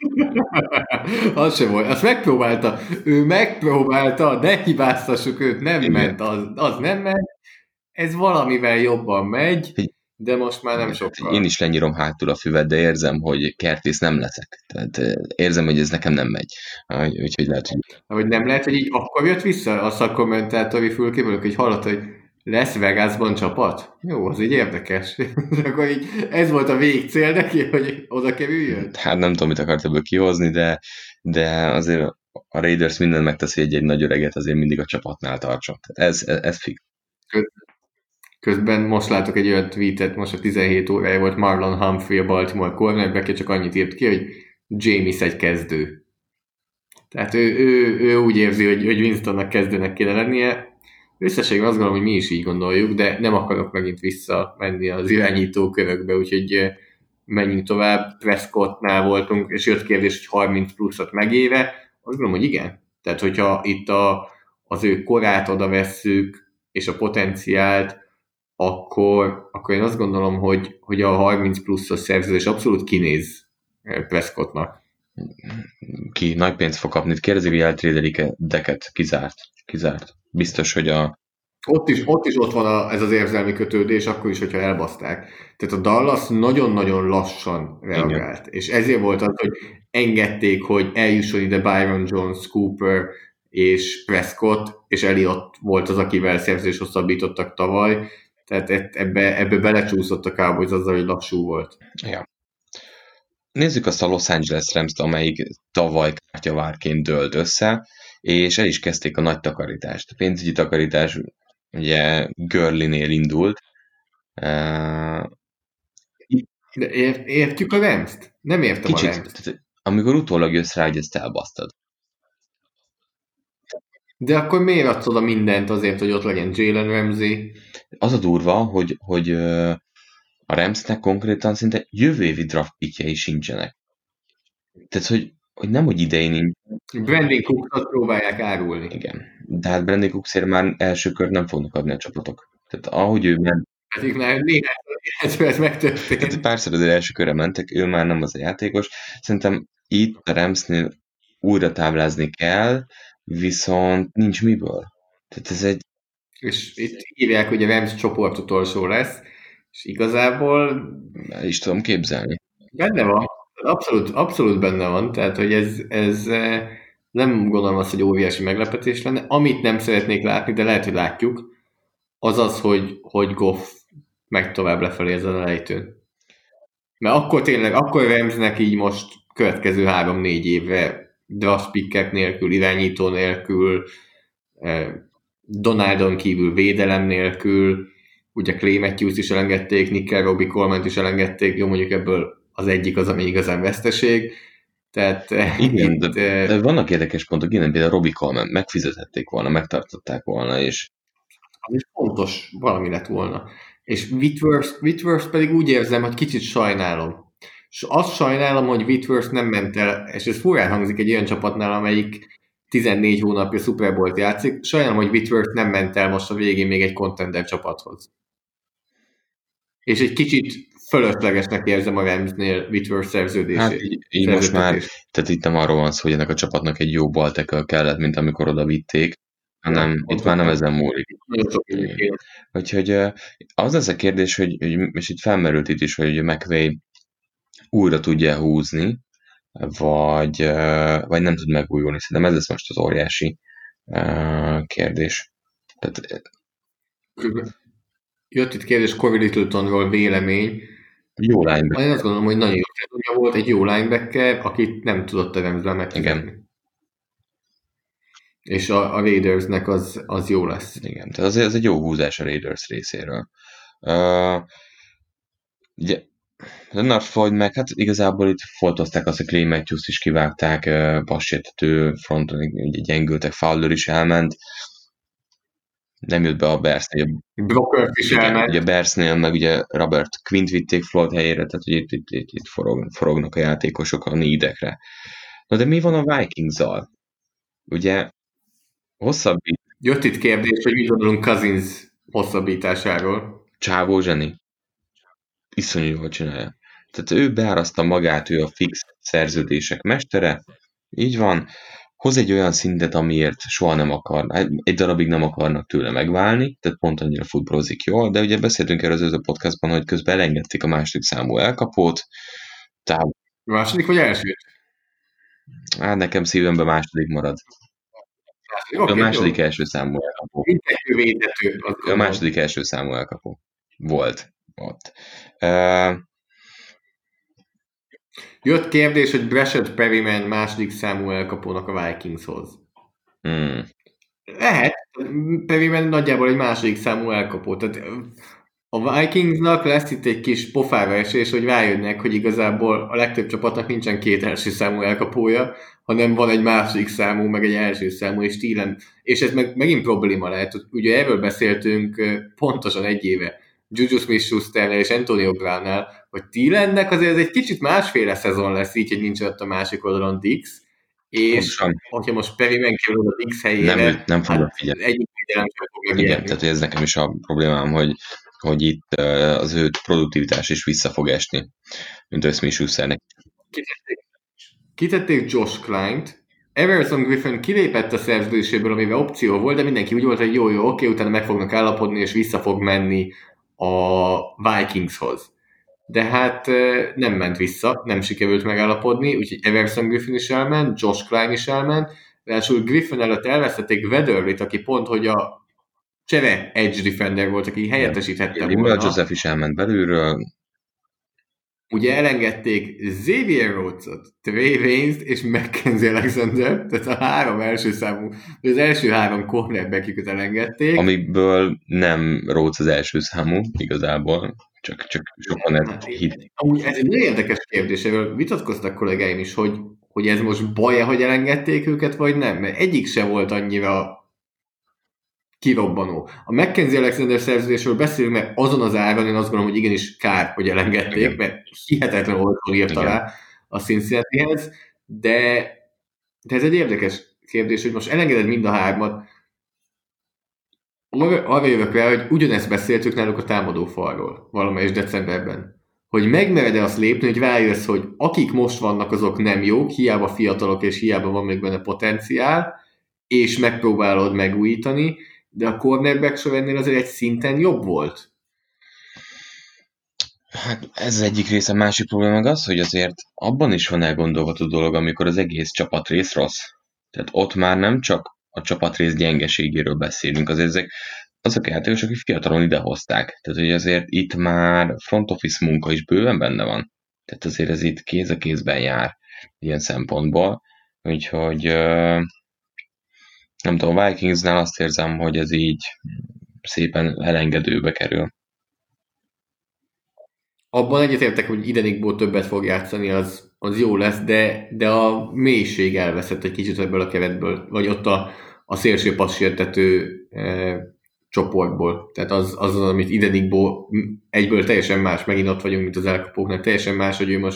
Az sem volt. Azt megpróbálta. Ő megpróbálta, ne hibáztassuk őt, nem igen. Ment. Az nem ment. Ez valamivel jobban megy, de most már nem sokkal. Én is lenyírom hátul a füvet, de érzem, hogy kertész nem leszek. Tehát érzem, hogy ez nekem nem megy. Úgyhogy lehet, hogy... nem lehet, hogy így akkor jött vissza a szakkommentátori fülkéből, hogy hallott, hogy lesz Vegasban csapat? Jó, az így érdekes. Akkor így ez volt a végcél neki, hogy oda kerüljön? Hát nem tudom, mit akart ebből kihozni, de azért a Raiders mindent megtesz, hogy egy nagy öreget azért mindig a csapatnál tartson. Tehát ez fix. Közben most látok egy olyan tweetet, most a 17 órája volt, Marlon Humphrey, a Baltimore cornerback, csak annyit írt ki, hogy Jameis egy kezdő. Tehát ő úgy érzi, hogy Winstonnak kezdőnek kéne lennie. Összességben azt gondolom, hogy mi is így gondoljuk, de nem akarok megint visszamenni az irányító körökbe, úgyhogy menjünk tovább. Prescottnál voltunk, és jött kérdés, hogy 30 pluszot megéve. Azt gondolom, hogy igen. Tehát, hogyha itt az ő korát oda vesszük, és a potenciált, akkor én azt gondolom, hogy a 30 pluszos szerződés abszolút kinéz Prescottnak. Ki nagy pénzt fog kapni. Kérdezik, hogy eltrédelik-e Deket? Kizárt. Biztos, hogy Ott is ott van ez az érzelmi kötődés, akkor is, hogyha elbaszták. Tehát a Dallas nagyon-nagyon lassan reagált. Igen. És ezért volt az, hogy engedték, hogy eljusson ide Byron Jones, Cooper és Prescott, és Elliott volt az, akivel szerződést hosszabbítottak tavaly. Tehát ebbe belecsúszott a Cowboys azzal, hogy lassú volt. Ja. Nézzük azt a Los Angeles Rams-t, amelyik tavaly kártyavárként dőlt össze, és el is kezdték a nagy takarítást. A pénzügyi takarítás ugye Gurley-nél indult. De értjük a Rams-t? Nem értem kicsit, a Rams-t. Amikor utólag jössz rá, hogy ezt elbasztad. De akkor miért adsz oda mindent azért, hogy ott legyen Jalen Ramsey? Az a durva, hogy a Ramsnek konkrétan szinte jövő évi draft pickjei sincsenek. Tehát, hogy nem, hogy idején nincs. Brandon Cooksot próbálják árulni. Igen. De hát Brandon Cooksért már első kört nem fognak adni a csapatok. Tehát ahogy ő ment... Pedig már néhány ez megtörtént. Tehát párszor azért első körre mentek, ő már nem az a játékos. Szerintem itt a Ramsnél újra táblázni kell, viszont nincs miből. Tehát ez egy... És itt írják, hogy a Rams csoport utolsó lesz, és igazából... El is tudom képzelni. Benne van. Abszolút benne van, tehát hogy ez nem gondolom azt, hogy óriási meglepetés lenne. Amit nem szeretnék látni, de lehet, hogy látjuk, az, hogy Goff meg tovább lefelé ezen a lejtőn. Mert akkor Ramsnek így most következő 3-4 évre draft pickek nélkül, irányító nélkül, Donaldon kívül védelem nélkül, ugye Clay Matthews is elengedték, Nickel Robbie Coleman is elengedték, jó, mondjuk ebből az egyik az, ami igazán veszteség. Tehát igen, de vannak érdekes pontok, igen, például Robbie Coleman megfizethették volna, megtartották volna, és az is fontos valami lett volna. És Whitworth pedig úgy érzem, hogy kicsit sajnálom. azt sajnálom, hogy Whitworth nem ment el, és ez furán hangzik egy olyan csapatnál, amelyik 14 hónapja Super Bowl-t játszik. Sajnálom, hogy Whitworth nem ment el most a végén még egy contender csapathoz. És egy kicsit fölöslegesnek érzem a Ramsnél Whitworth szerződését. Hát így most már, tehát itt nem arról van szó, hogy ennek a csapatnak egy jó ball tackle kellett, mint amikor oda vitték, hanem itt már nem ezen múlik. Úgyhogy az lesz a kérdés, hogy és itt felmerült itt is, hogy McVay újra tudja húzni, vagy nem tud megújulni. Szerintem ez lesz most az óriási kérdés. Tehát, jött itt kérdés Corey Littletonról vélemény. Jó linebacker. Én azt gondolom, hogy nagyon jó szezonja volt, egy jó linebacker, akit nem tudott a Ramsben megfizetni. És a Raidersnek az jó lesz. Igen, tehát azért ez egy jó húzás a Raiders részéről. Ugye, Leonard Floyd meg, hát igazából itt foltozták azt, hogy Clay Matthews is kivágták, passértető fronton, ugye gyengültek, Fowler is elment, nem jött be a Bearsnél. Brockert is elment. Ugye Bearsnél meg ugye Robert Quint vitték Floyd helyére, tehát ugye itt forognak a játékosok a needekre. Na de mi van a Vikings-zal? Ugye hosszabbít. Jött itt kérdés, hogy mit gondolunk Cousins hosszabbításáról. Csávó zseni. Iszonyú jól csinálja. Tehát ő beáraszta magát, ő a fix szerződések mestere, így van, hoz egy olyan szintet, amiért soha nem akar, egy darabig nem akarnak tőle megválni, tehát pont annyira futballozik jól, de ugye beszéltünk erről az előző podcastban, hogy közben elengedték a második számú elkapót. Második vagy első? Hát nekem szívemben második marad. A második első számú elkapó. A második első számú elkapó. Volt ott. Jött kérdés, hogy Brashad Perryman második számú elkapónak a Vikingshoz. Lehet, Perryman nagyjából egy második számú elkapó. Tehát a Vikingsnak lesz itt egy kis pofára esés, hogy rájönnek, hogy igazából a legtöbb csapatnak nincsen két első számú elkapója, hanem van egy második számú, meg egy első számú, és Thielen. És ez megint probléma lehet. Ugye erről beszéltünk pontosan egy éve. Juju Smith-Schusternél és Antonio Brown-nál, hogy Thielennek azért ez egy kicsit másféle szezon lesz, így, hogy nincs ott a másik oldalon Dix, és hogyha most Perryman kerül a Dix helyére, nem fogja figyelni. Egyik figyelem sem fog megjelni. Igen, tehát ez nekem is a problémám, hogy itt az ő produktivitás is vissza fog esni, mint Smith-Schusternek. Kitették Josh Kleint, Everson Griffin kilépett a szerződéséből, amivel opció volt, de mindenki úgy volt, hogy jó, oké, utána meg fognak állapodni, és vissza fog menni a Vikingshoz. De hát nem ment vissza, nem sikerült megállapodni, úgyhogy Everson Griffin is elment, Josh Klein is elment, ráadásul Griffin előtt elvesztették Weatherlit, aki pont, hogy a csere edge defender volt, aki helyettesíthette volna. Joseph is elment belülről. Ugye elengedték Xavier Rhodes-ot, Trey Waynes-t és Mackenzie Alexander, tehát a három első számú, az első három cornerback-üket elengedték. Amiből nem Rhodes az első számú, igazából, csak sokan ez hit. Amúgy ez egy nagyon érdekes kérdés, erről vitatkoztak kollégáim is, hogy ez most baj-e, hogy elengedték őket, vagy nem, mert egyik se volt annyira kirobbanó. A Mackenzie Alexander szerződésről beszélünk, mert azon az áron én azt gondolom, hogy igenis kár, hogy elengedték, igen, mert hihetetlen olcsón írt alá a Cincinnatihez, de ez egy érdekes kérdés, hogy most elengeded mind a hármat. Arra jövök rá, hogy ugyanezt beszéltük náluk a támadó falról valamelyes decemberben. Hogy megmered-e azt lépni, hogy rájössz, hogy akik most vannak, azok nem jók, hiába fiatalok, és hiába van még benne potenciál, és megpróbálod megújítani, de a cornerback soránnél azért egy szinten jobb volt. Hát ez az egyik része, a másik probléma meg az, hogy azért abban is van elgondolható dolog, amikor az egész csapatrész rossz. Tehát ott már nem csak a csapatrész gyengeségéről beszélünk, azért ezek azok a játékosok, akik fiatalon idehozták. Tehát, hogy azért itt már front office munka is bőven benne van. Tehát azért ez itt kéz a kézben jár ilyen szempontból. Úgyhogy nem tudom, a Vikingsnál azt érzem, hogy ez így szépen elengedőbe kerül. Abban egyetértek, hogy Idenigból többet fog játszani, az jó lesz, de a mélység elveszett egy kicsit ebből a keretből, vagy ott a szélső passértető csoportból. Tehát az, amit Idenigból egyből teljesen más, megint ott vagyunk, mint az elkapóknak, teljesen más, hogy ő most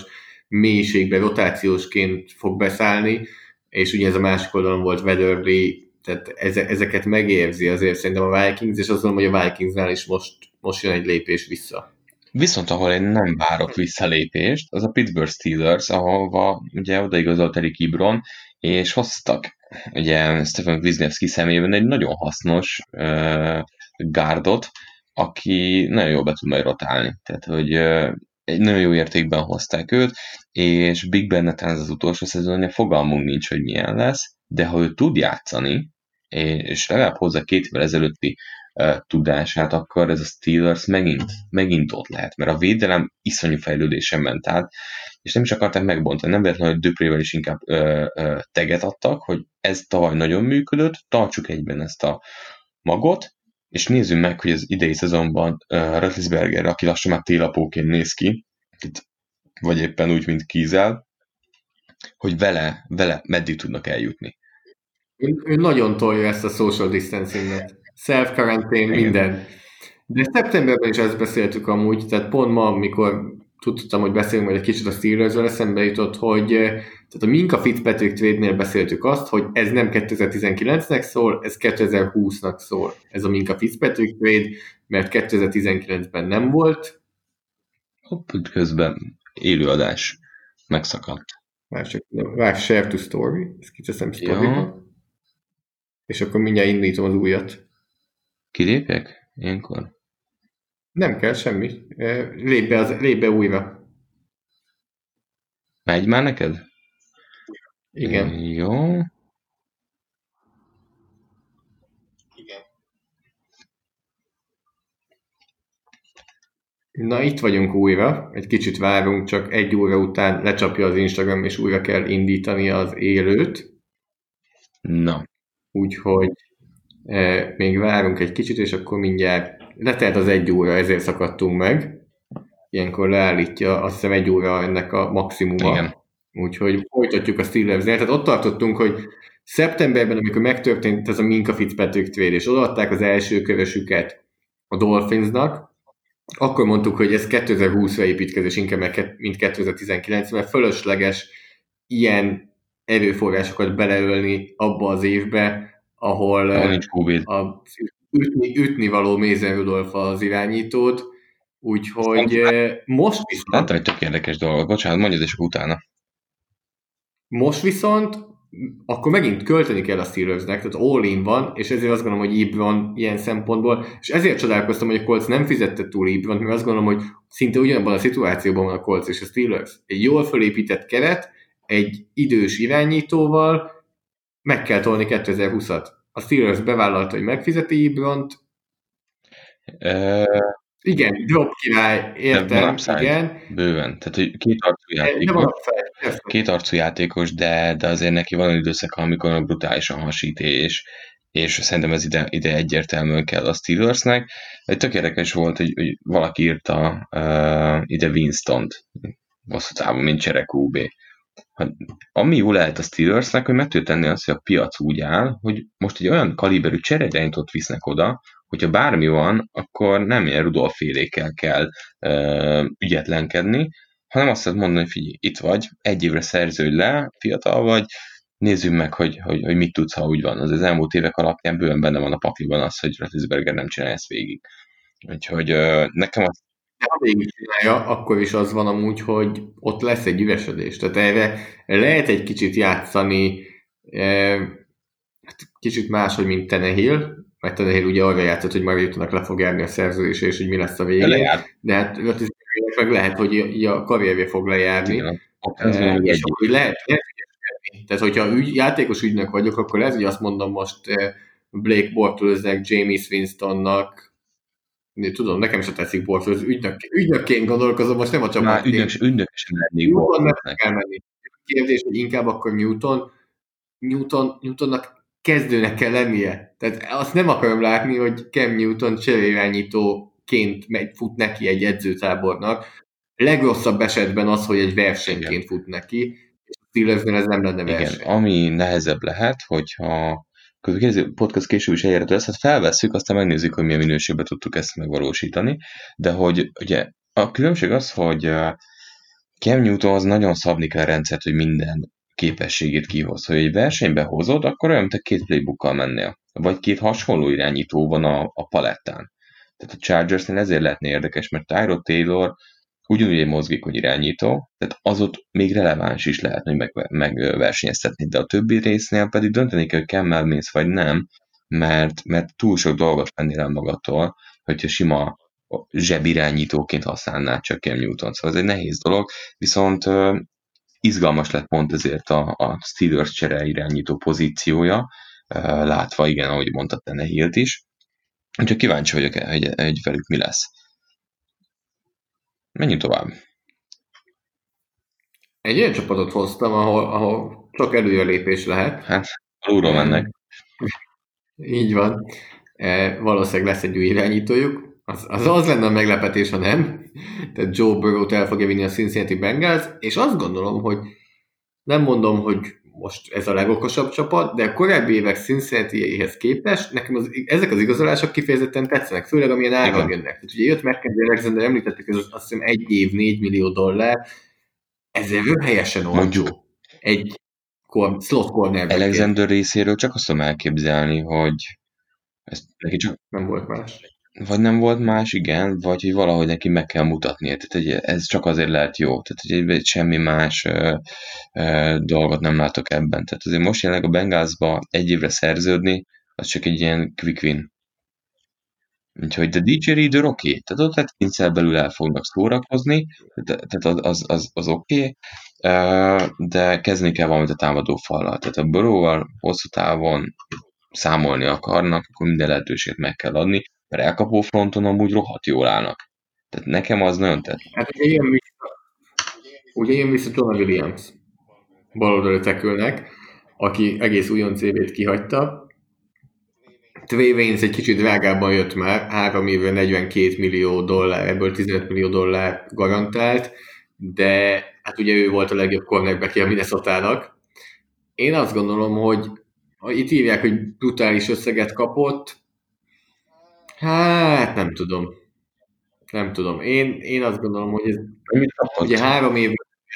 mélységbe rotációsként fog beszállni, és ugye ez a másik oldalon volt Weatherly, tehát ezeket megérzi azért szerintem a Vikings, és azt gondolom, hogy a Vikingsnál is most jön egy lépés vissza. Viszont ahol én nem várok visszalépést, az a Pittsburgh Steelers, ahova ugye odaigazolt Eric Ebron, és hoztak ugye Stephen Wisniewski személyében egy nagyon hasznos gárdot, aki nagyon jól be tud majd rotálni. Tehát, hogy egy nagyon jó értékben hozták őt, és Big Ben-nek az utolsó szezonja fogalmunk nincs, hogy milyen lesz, de ha ő tud játszani, és legalább hozzá 2 évvel ezelőtti tudását, akkor ez a Steelers megint ott lehet, mert a védelem iszonyú fejlődésen ment át, és nem is akarták megbontani, nem véletlenül, hogy Duprével is inkább teget adtak, hogy ez tavaly nagyon működött, tartsuk egyben ezt a magot, és nézzük meg, hogy az idei szezonban Roethlisberger, aki lassan már télapóként néz ki, vagy éppen úgy, mint Kiesel, hogy vele meddig tudnak eljutni. Ő nagyon tolja ezt a social distancing-et. Self-quarantine, minden. De szeptemberben is ezt beszéltük amúgy, tehát pont ma, amikor tudtam, hogy beszélünk majd egy kicsit a Steelersről, eszembe jutott, hogy tehát a Minka Fitzpatrick trade-nél beszéltük azt, hogy ez nem 2019-nek szól, ez 2020-nak szól. Ez a Minka Fitzpatrick trade, mert 2019-ben nem volt. Hopp, közben élőadás megszakadt. Várj, share to story, ezt kiteszem story-ba. És akkor mindjárt indítom az újat. Kilépjek ilyenkor? Nem kell semmi. Lép be újra. Megy már neked? Igen. Jó. Igen. Na, itt vagyunk újra. Egy kicsit várunk, csak 1 óra után lecsapja az Instagram, és újra kell indítani az élőt. Na. Úgyhogy még várunk egy kicsit, és akkor mindjárt letelt az 1 óra, ezért szakadtunk meg. Ilyenkor leállítja, azt hiszem 1 óra ennek a maximuma. Igen. Úgyhogy folytatjuk a Steelers-nél. Tehát ott tartottunk, hogy szeptemberben, amikor megtörtént ez a Minka Fitzpatrick trade, és odaadták az első kövesüket a Dolphinsnak, akkor mondtuk, hogy ez 2020-ra építkezés inkább, mint 2019, mert fölösleges ilyen erőforrásokat beleölni abba az évbe, ahol a ütni való Mason Rudolph az irányítód, úgyhogy most viszont... Láttam egy tök érdekes dolgot, bocsánat, mondjad és utána. Most viszont akkor megint költeni kell a Steelersnek, tehát all-in van, és ezért azt gondolom, hogy Ebron ilyen szempontból, és ezért csodálkoztam, hogy a Colts nem fizette túl Ebront, mert azt gondolom, hogy szinte ugyanabban a szituációban van a Colts és a Steelers. Egy jól fölépített keret, egy idős irányítóval meg kell tolni 2020-at. A Steelers bevállalta, hogy megfizeti Ebront. Igen, drop király, értem, igen. Bőven, tehát hogy két arcú játékos, de azért neki van időszak, amikor brutálisan hasít, és szerintem ez ide egyértelműen kell a Steelersnek. Egy tök érdekes volt, hogy valaki írta ide Winston-t, hosszú távon, mint csere QB. Ami jó lehet a Steelersnek, hogy meg tudja tenni azt, hogy a piac úgy áll, hogy most egy olyan kaliberű csereirányítót visznek oda, hogyha bármi van, akkor nem ilyen Rudolph-félékkel kell ügyetlenkedni, hanem azt mondani, hogy figyelj, itt vagy, 1 évre szerződj le, fiatal vagy, nézzük meg, hogy mit tudsz, ha úgy van. Az elmúlt évek alapján bőven benne van a pakliban az, hogy Roethlisberger nem csinálja ezt végig. Úgyhogy nekem az... Ha végig csinálja, akkor is az van amúgy, hogy ott lesz egy üvesedés. Tehát erre lehet egy kicsit játszani, kicsit máshogy, mint Tannehill, mert Tannehill ugye arra játszott, hogy Mariottának le fog járni a szerződése, és hogy mi lesz a végén. De hát Roethlisbergernek meg lehet, hogy a karrierje fog lejárni. És akkor lehet ügyeskedni. Tehát, hogyha játékos ügynök vagyok, akkor ez, hogy azt mondom most Blake Bortlesnek, Jameis Winstonnak, tudom, nekem se tetszik Bortles, ügynökként gondolkozom, most nem a csapat. Ügynökösen lennék Bortlesnek. Kérdés, hogy inkább akkor Newtonnak kezdőnek kell lennie. Tehát azt nem akarom látni, hogy Cam Newton cseréirányítóként fut neki egy edzőtábornak. Legrosszabb esetben az, hogy egy versenyként fut neki, és a Steelersnél ez nem lenne verseny. Igen, ami nehezebb lehet, hogyha a podcast később is elérhető lesz, hát felvesszük, aztán megnézzük, hogy milyen minőségben tudtuk ezt megvalósítani, de hogy ugye a különbség az, hogy Cam Newtonhoz nagyon szabni kell a rendszert, hogy minden képességét kihoz. Ha egy versenybe hozod, akkor olyan, mint a két playbookkal mennél. Vagy két hasonló irányító van a palettán. Tehát a Chargersnél ezért lehetne érdekes, mert Tyrod Taylor ugyanúgy egy mozgékony irányító, tehát az ott még releváns is lehet, hogy megversenyeztetni, de a többi résznél pedig dönteni kell, hogy Cammel mész vagy nem, mert túl sok dolgot vennél magadtól, hogyha sima zsebirányítóként használnád csak Cam Newton. Szóval ez egy nehéz dolog, viszont izgalmas lett pont ezért a Steelers csere irányító pozíciója, látva, igen, ahogy mondtad, Tannehilt is. Úgyhogy kíváncsi vagyok, hogy velük mi lesz. Menjünk tovább. Egy olyan csapatot hoztam, ahol csak előrelépés lehet. Hát, alulról mennek. Így van. Valószínűleg lesz egy új irányítójuk. Az lenne a meglepetés, ha nem. Tehát Joe Burrow-t el fogja vinni a Cincinnati Bengals, és azt gondolom, hogy nem mondom, hogy most ez a legokosabb csapat, de a korábbi évek Cincinnati-hez képest nekem ezek az igazolások kifejezetten tetszenek, főleg amilyen áron jönnek. Tehát ugye jött Mackenzie Alexander, említettük, ez azt hiszem 1 év $4 millió, ezzel helyesen olcsó. Egy slot corner. Alexander részéről csak azt tudom elképzelni, hogy ez neki csak nem volt más. Vagy nem volt más, igen, vagy hogy valahogy neki meg kell mutatnia. Tehát ez csak azért lehet jó. Tehát hogy semmi más dolgot nem látok ebben. Tehát azért most jelenleg a Bengalsba 1 évre szerződni, az csak egy ilyen quick win. Úgyhogy de DJ Reader oké. Tehát ott Atkinszel belül el fognak szórakozni, tehát az oké, de kezdeni kell valamit a támadó fallal. Tehát a Burrow-val hosszú távon számolni akarnak, akkor minden lehetőséget meg kell adni, mert elkapó fronton amúgy rohadt jól állnak. Tehát nekem az nagyon tett. Hát ugye jön vissza Jonah Williams baloldali tekülnek, aki egész újon CV-t kihagyta. Trey Waynes egy kicsit drágábban jött már, 3 évre $42 millió, ebből $15 millió garantált, de hát ugye ő volt a legjobb cornerback-je a Minnesotának. Én azt gondolom, hogy itt írják, hogy brutális összeget kapott. Hát nem tudom. Én azt gondolom, hogy ez ugye 3 év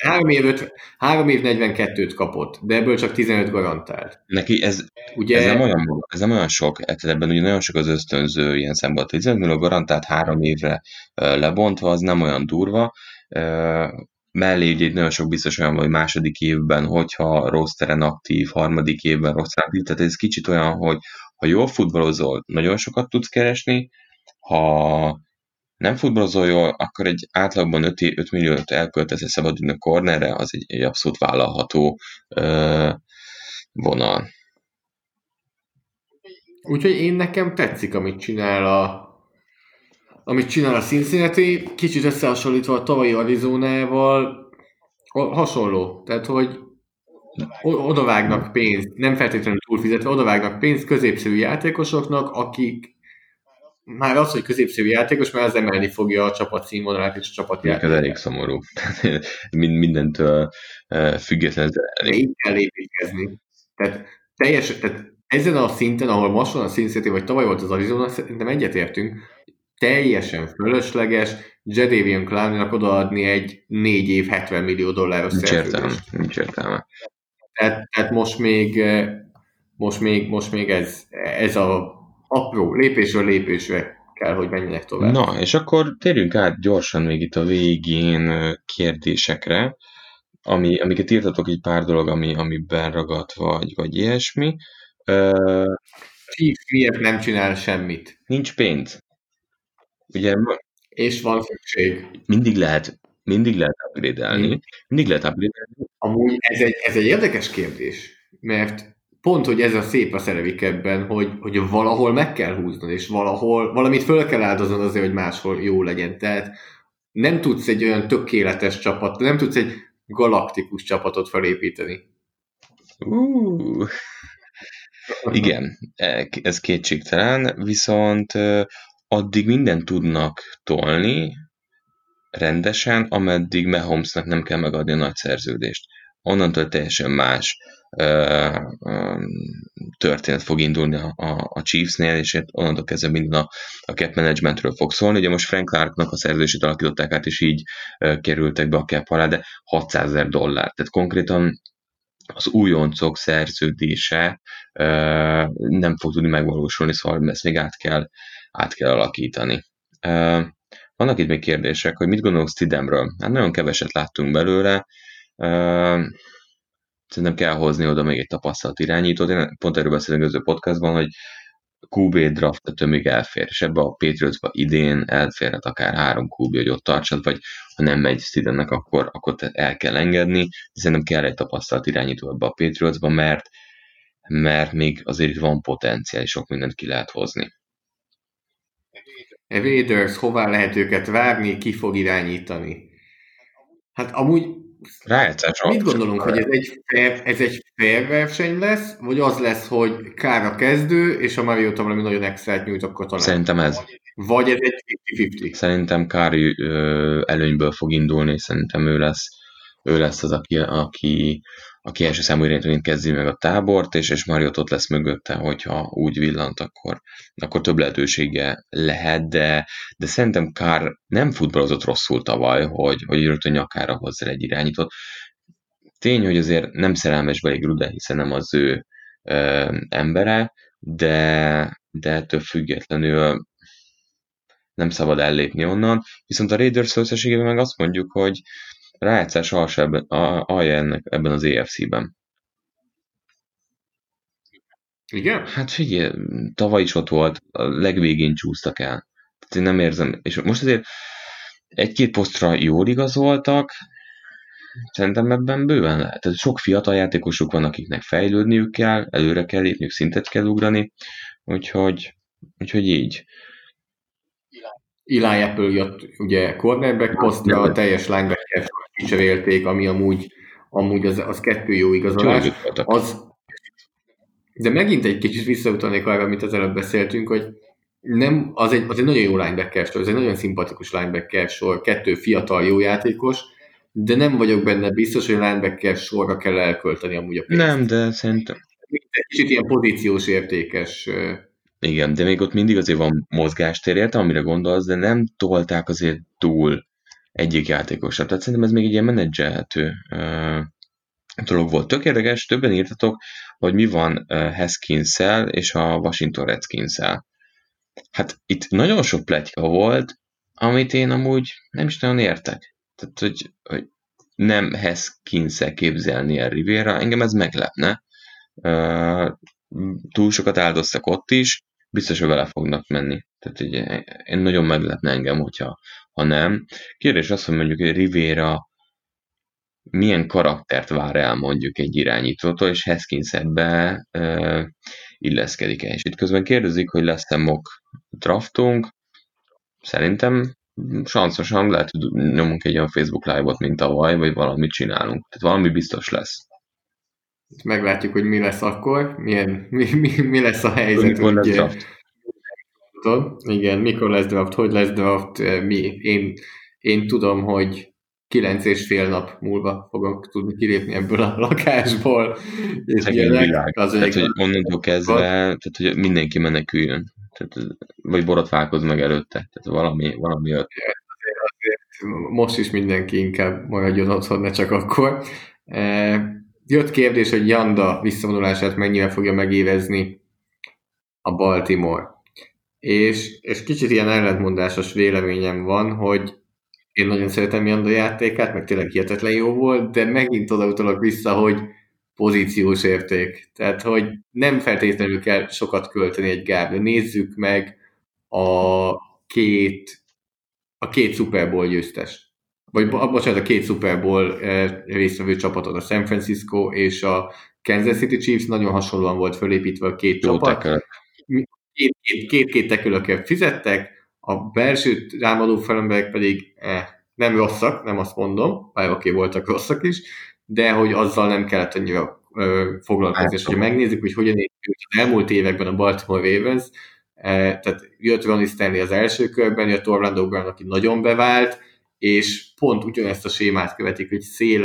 42-t kapott, de ebből csak 15 garantált. Neki ez nem olyan sok, ebben ugye nagyon sok az ösztönző ilyen szempontból. 15 millió garantált 3 évre lebontva, az nem olyan durva. Mellé ugye nagyon sok biztos olyan, hogy második évben, hogyha rosteren aktív, harmadik évben rosteren aktív, tehát ez kicsit olyan, hogy ha jól futballozol, nagyon sokat tudsz keresni, ha nem futballozol jól, akkor egy átlagban 5 milliót elköltesz egy szabadidő cornerre, az egy abszolút vállalható vonal. Úgyhogy nekem tetszik, amit csinál a Cincinnati, kicsit összehasonlítva a tavalyi Arizonával, hasonló. Tehát, hogy odavágnak pénzt, nem feltétlenül túlfizetve, odavágnak pénzt középszerű játékosoknak, akik már az, hogy középszerű játékos, már az emelni fogja a csapat színvonalát és a csapatjátékot. Ez elég szomorú. Mindentől független. De így kell építkezni. Tehát ezen a szinten, ahol most van a Cincinnati, vagy tavaly volt az Arizona, szerintem egyetértünk, teljesen fölösleges Jadeveon Clowney-nak odaadni egy 4 év $70 millió szerződést. Nincs értelme. Tehát most még ez a apró lépésről lépésre kell, hogy menjenek tovább. Na, és akkor térjünk át gyorsan még itt a végén kérdésekre, amiket írtatok, egy pár dolog, amiben ragadt vagy ilyesmi. Chiefs miért nem csinál semmit? Nincs pénz. Ugye, és van szükség. Mindig lehet upgrade-elni. Amúgy ez egy érdekes kérdés, mert pont, hogy ez a szép a szerevik ebben, hogy valahol meg kell húznod, és valamit föl kell áldoznod azért, hogy máshol jó legyen. Tehát nem tudsz egy olyan tökéletes csapat, nem tudsz egy galaktikus csapatot felépíteni. Igen, ez kétségtelen, viszont addig mindent tudnak tolni rendesen, ameddig Mahomesnak nem kell megadni a nagy szerződést. onnantól teljesen más történet fog indulni a Chiefsnél, és onnantól kezdve minden a cap managementről fog szólni. Ugye most Frank Clarknak a szerződését alakították át, és így kerültek be a cap alá, de $600,000. Tehát konkrétan az újoncok szerződése nem fog tudni megvalósulni, szóval ezt még át kell alakítani. Vannak itt még kérdések, hogy mit gondolok Stidhamről? Hát nagyon keveset láttunk belőle, szerintem kell hozni oda még egy tapasztalt irányítót. Én pont erről beszélünk az podcastban, hogy QB draft még elfér, és ebbe a Patriotsba idén elférhet akár 3 QB, hogy ott tartsad, vagy ha nem megy Stidhamnek, akkor el kell engedni. Szerintem kell egy tapasztalt irányító ebbe a Patriotsba, mert még azért van potenciál, és sok mindent ki lehet hozni. Raiders, hová lehet őket várni, ki fog irányítani? Hát amúgy mit gondolunk, hogy ez egy fair verseny lesz, vagy az lesz, hogy Carr a kezdő, és a Mariota valami nagyon extra nyújt, akkor talán? Szerintem ez. Vagy ez egy 50-50? Szerintem Carr előnyből fog indulni, és szerintem ő lesz az, aki első számú irányítóként kezdi meg a tábort, és Mariota ott lesz mögötte, hogyha úgy villant, akkor több lehetősége lehet, de szerintem Carr nem futballozott rosszul tavaly, hogy rögtön nyakára hozzá egy irányítót. Tény, hogy azért nem szerelmes belé Gruden, hiszen nem az ő embere, de ettől függetlenül nem szabad ellépni onnan. Viszont a Raiders összességében meg azt mondjuk, hogy rájátszás alja ebben az AFC-ben. Igen? Hát figyelj, tavaly is ott volt, a legvégén csúsztak el. Tehát én nem érzem, és most azért egy-két posztra jól igazoltak, szerintem ebben bőven lehet. Tehát sok fiatal játékosuk van, akiknek fejlődniük kell, előre kell lépniük, szintet kell ugrani, úgyhogy így. Eli Apple jött ugye cornerback posztra, a teljes linebacker kicserélték, ami amúgy az 2 jó igazolás. De megint egy kicsit visszautalnék arra, amit az előbb beszéltünk, hogy nem, az egy nagyon jó linebacker sor, ez egy nagyon szimpatikus linebacker sor, 2 fiatal jó játékos, de nem vagyok benne biztos, hogy a linebacker sorra kell elkölteni amúgy a pénzt. Nem, de szerintem... Egy kicsit ilyen pozíciós értékes... Igen, de még ott mindig azért van mozgástér, értem, amire gondolsz, de nem tolták azért túl egyik játékosra. Tehát szerintem ez még egy ilyen menedzselhető dolog volt. Tök érdekes, többen írtatok, hogy mi van Haskins-szel és a Washington Redskins-szel. Hát itt nagyon sok pletyka volt, amit én amúgy nem is nagyon értek. Tehát, hogy nem Haskins-szel képzelni el Rivera, engem ez meglepne. Túl sokat áldoztak ott is, biztos, hogy vele fognak menni. Tehát én nagyon meglepne engem, hogyha nem. Kérdés az, hogy mondjuk egy Rivera milyen karaktert vár el mondjuk egy irányítótól, és Haskins ebbe illeszkedik el. És itt közben kérdezik, hogy lesz-e mock draftunk. Szerintem sanszosan lehet, hogy nyomunk egy olyan Facebook live-ot, mint tavaly, vagy valamit csinálunk. Tehát valami biztos lesz. Meglátjuk, hogy mi lesz akkor, mi lesz a helyzet. Mikor lesz draft? Igen, mikor lesz draft, hogy lesz draft, én tudom, hogy 9,5 nap múlva fogok tudni kilépni ebből a lakásból. És világ. Tehát, hogy onnantól kezdve, tehát, hogy mindenki meneküljön. Tehát, vagy borotválkozz meg előtte. Tehát valami jött. Azért most is mindenki inkább maradjon otthon, ne csak akkor. Jött kérdés, hogy Janda visszavonulását mennyire fogja megérezni a Baltimore. És kicsit ilyen ellentmondásos véleményem van, hogy én nagyon szeretem Janda játékát, meg tényleg hihetetlen jó volt, de megint oda utalok vissza, hogy pozíciós érték. Tehát, hogy nem feltétlenül kell sokat költeni egy gárdra. Nézzük meg a két Super Bowl győztes. Vagy bocsánat, a 2 Super Bowl résztvevő csapatot, a San Francisco és a Kansas City Chiefs nagyon hasonlóan volt fölépítve a 2 csapat. Két tekülöket fizettek, a belső támadó felemberek pedig nem rosszak, nem azt mondom, bár voltak rosszak is, de hogy azzal nem kellett annyira foglalkozni. És hogyha megnézzük, hogy hogyan épült az elmúlt években a Baltimore Ravens, tehát jött Ronnie Stanley az első körben, jött Orlando Brown, aki nagyon bevált, és pont ugyanezt a sémát követik, hogy szélen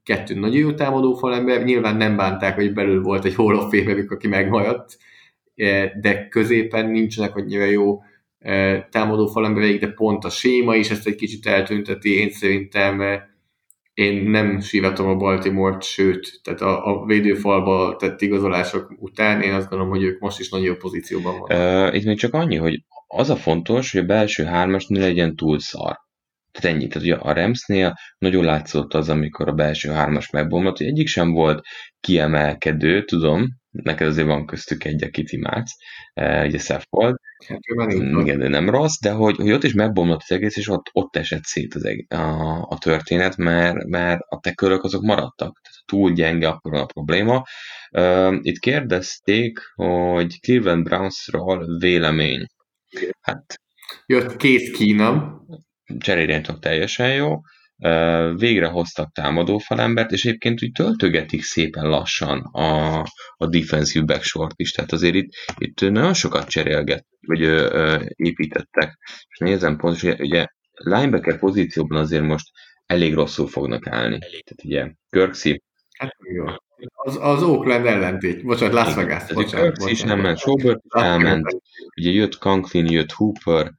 2 nagyon jó támadó falember, nyilván nem bánták, hogy belül volt egy Hall of Famer, aki megmaradt, de középen nincsenek annyira jó támadó falembereik, de pont a séma is ezt egy kicsit eltünteti. Én szerintem én nem síratom a Baltimore-t, sőt, tehát a védőfalba tett igazolások után én azt gondolom, hogy ők most is nagyon jó pozícióban vannak. Itt még csak annyi, hogy az a fontos, hogy a belső hármas ne legyen túl szar. Tehát ennyi. Tehát ugye a Ramsnél nagyon látszott az, amikor a belső hármas megbomlott, hogy egyik sem volt kiemelkedő, tudom, neked azért van köztük egy, akit imádsz, ugye Seth volt. Hát, igen, de nem rossz, de hogy ott is megbomlott az egész, és ott esett szét a történet, mert a tekölök azok maradtak. Tehát túl gyenge, akkor van a probléma. Itt kérdezték, hogy Cleveland Brownsról vélemény. Hát jött Case Keenum. Cseréljenek teljesen jó. Végre hoztak támadófalembert, és egyébként úgy töltögetik szépen lassan a defensive backsort is, tehát azért itt nagyon sokat cserélget, vagy építettek, és nézem pontosan, ugye linebacker pozícióban azért most elég rosszul fognak állni. Tehát ugye Kirksey. Hát jó. Az Oakland ellentét. Bocsánat, Las Vegas. Kirksey is elment, Schobert is elment, ugye jött Conklin, jött Hooper,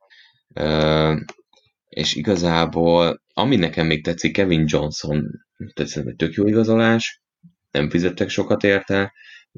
és igazából, ami nekem még tetszik, Kevin Johnson, tehát szerintem egy tök jó igazolás, nem fizettek sokat érte,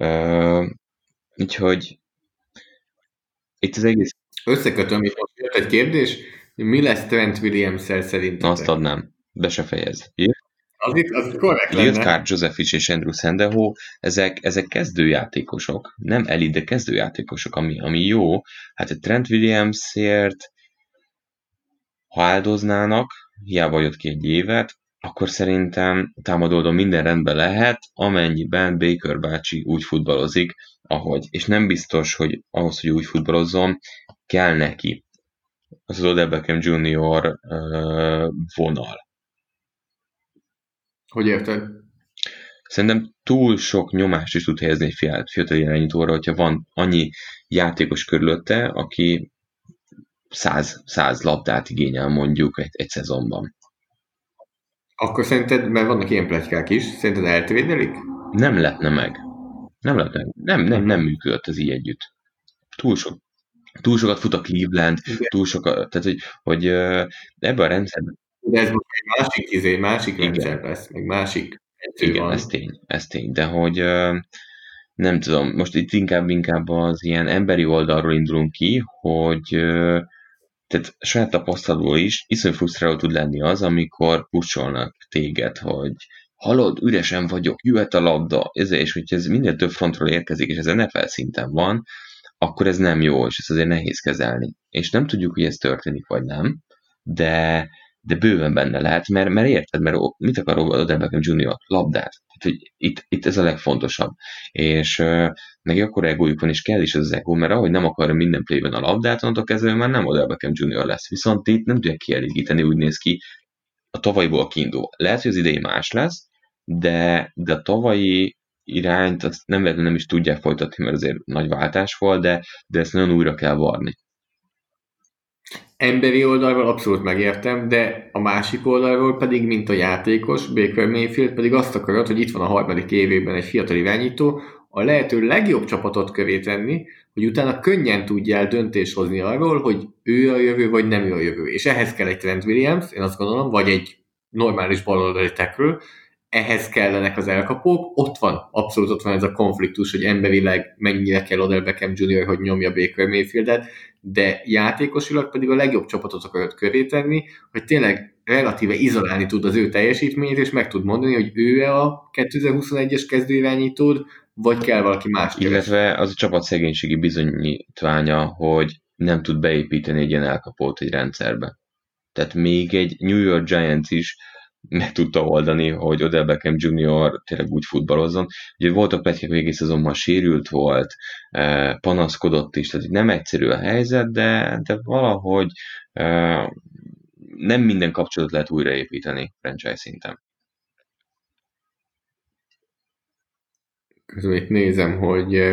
úgyhogy itt az egész... Összekötöm, és most jött egy kérdés, mi lesz Trent Williams-szel szerintetek? Azt adnám, be se fejez. Az korrekt lenne. Jött Carl Joseph is és Andrew Sandeho, ezek kezdőjátékosok, nem elit, de kezdőjátékosok, ami jó. Hát a Trent Williamsért ha áldoznának, hiába jött ki egy évet, akkor szerintem támadódon minden rendben lehet, amennyiben Baker bácsi úgy futballozik, ahogy. És nem biztos, hogy ahhoz, hogy úgy futballozzon, kell neki az Odell Beckham Jr. Vonal. Hogy érted? Szerintem túl sok nyomást is tud helyezni egy fiatal irányítóra, hogyha van annyi játékos körülötte, aki 100 labdát igényel mondjuk egy szezonban. Akkor szerinted, mert vannak ilyen pletykák is, szerinted eltvédelik? Nem lepne meg. Nem működött ez így együtt. Túl sokat fut a Cleveland, túl sokat, tehát hogy ebben a rendszerben... De ez most egy másik rendszer lesz, meg másik edző igen, van. ez tény, de hogy nem tudom, most itt inkább az ilyen emberi oldalról indulunk ki, hogy tehát saját tapasztalatból is iszonyú frusztráló tud lenni az, amikor pusolnak téged, hogy hallod, üresen vagyok, jöhet a labda, és hogyha ez minden több frontról érkezik, és ez NFL szinten van, akkor ez nem jó, és ez azért nehéz kezelni. És nem tudjuk, hogy ez történik, vagy nem, de bőven benne lehet, mert érted, mert mit akar Odell Beckham Jr. labdát? Tehát, hogy itt ez a legfontosabb. És meg akkor egójuk van, és kell is az ego, mert ahogy nem akar minden playben a labdát, onnantól kezdve már nem Odell Beckham Jr. lesz. Viszont itt nem tudják kielégíteni, úgy néz ki, a tavalyiból kiindul. Lehet, hogy az idei más lesz, de a tavalyi irányt azt nem is tudják folytatni, mert azért nagy váltás volt, de ezt nagyon újra kell varni. Emberi oldalról abszolút megértem, de a másik oldalról pedig, mint a játékos, Baker Mayfield pedig azt akarod, hogy itt van a harmadik évében egy fiatal irányító, a lehető legjobb csapatot köré tenni, hogy utána könnyen tudjál döntést hozni arról, hogy ő a jövő, vagy nem ő a jövő. És ehhez kell egy Trent Williams, én azt gondolom, vagy egy normális baloldali tackle, ehhez kellenek az elkapók, abszolút ott van ez a konfliktus, hogy emberileg mennyire kell Odell Beckham Jr., hogy nyomja Baker Mayfieldet, de játékosilag pedig a legjobb csapatot akarod köré tenni, hogy tényleg relatíve izolálni tud az ő teljesítményét, és meg tud mondani, hogy ő-e a 2021-es kezdőirányítód, vagy kell valaki más. Illetve az a csapat szegénységi bizonyítványa, hogy nem tud beépíteni egy ilyen elkapót egy rendszerbe. Tehát még egy New York Giants is meg tudta oldani, hogy Odell Beckham Jr. tényleg úgy futballozzon. Ugye voltak pletykák, hogy egész azonban sérült volt, panaszkodott is, tehát nem egyszerű a helyzet, de valahogy nem minden kapcsolatot lehet újraépíteni franchise szinten. Közben itt nézem, hogy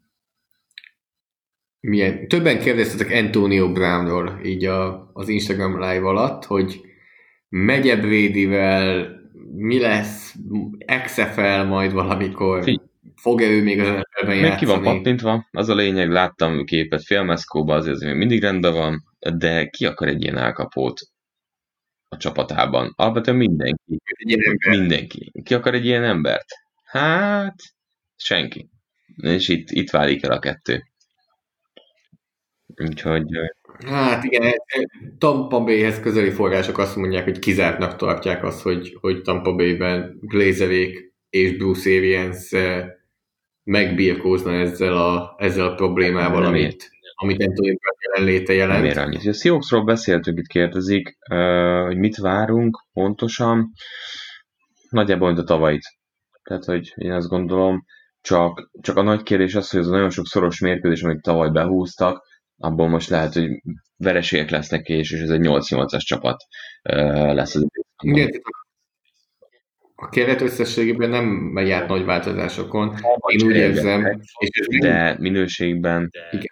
milyen... Többen kérdeztetek Antonio Brownról így az Instagram live alatt, hogy Megyebrédivel mi lesz, XFL majd valamikor, fog-e ő még az NFL-ben még ki van játszani? pattintva, az a lényeg, láttam képet félmeszkóba, azért még mindig rendben van, de ki akar egy ilyen elkapót a csapatában? Alapvetően mindenki. Mindenki. Ki akar egy ilyen embert? Hát, senki. És itt válik el a kettő. Úgyhogy... Hát igen, Tampa Bayhez közeli források azt mondják, hogy kizártnak tartják azt, hogy Tampa Bayben Glazerék és Bruce Arians megbirkózna ezzel a problémával, amit Anthony Brown jelenléte jelent. Nem ér annyit. A Seahawksról beszéltünk, itt kérdezik, hogy mit várunk pontosan. Nagyjából, mint a tavalyit. Tehát, hogy én azt gondolom, csak a nagy kérdés az, hogy az a nagyon sok szoros mérkőzés, amit tavaly behúztak, abból most lehet, hogy vereségek lesznek, és ez egy 8-8-as csapat lesz az. Igen, a keret összességében nem megy át nagy változásokon. Én úgy érzem, de minőségben. Igen.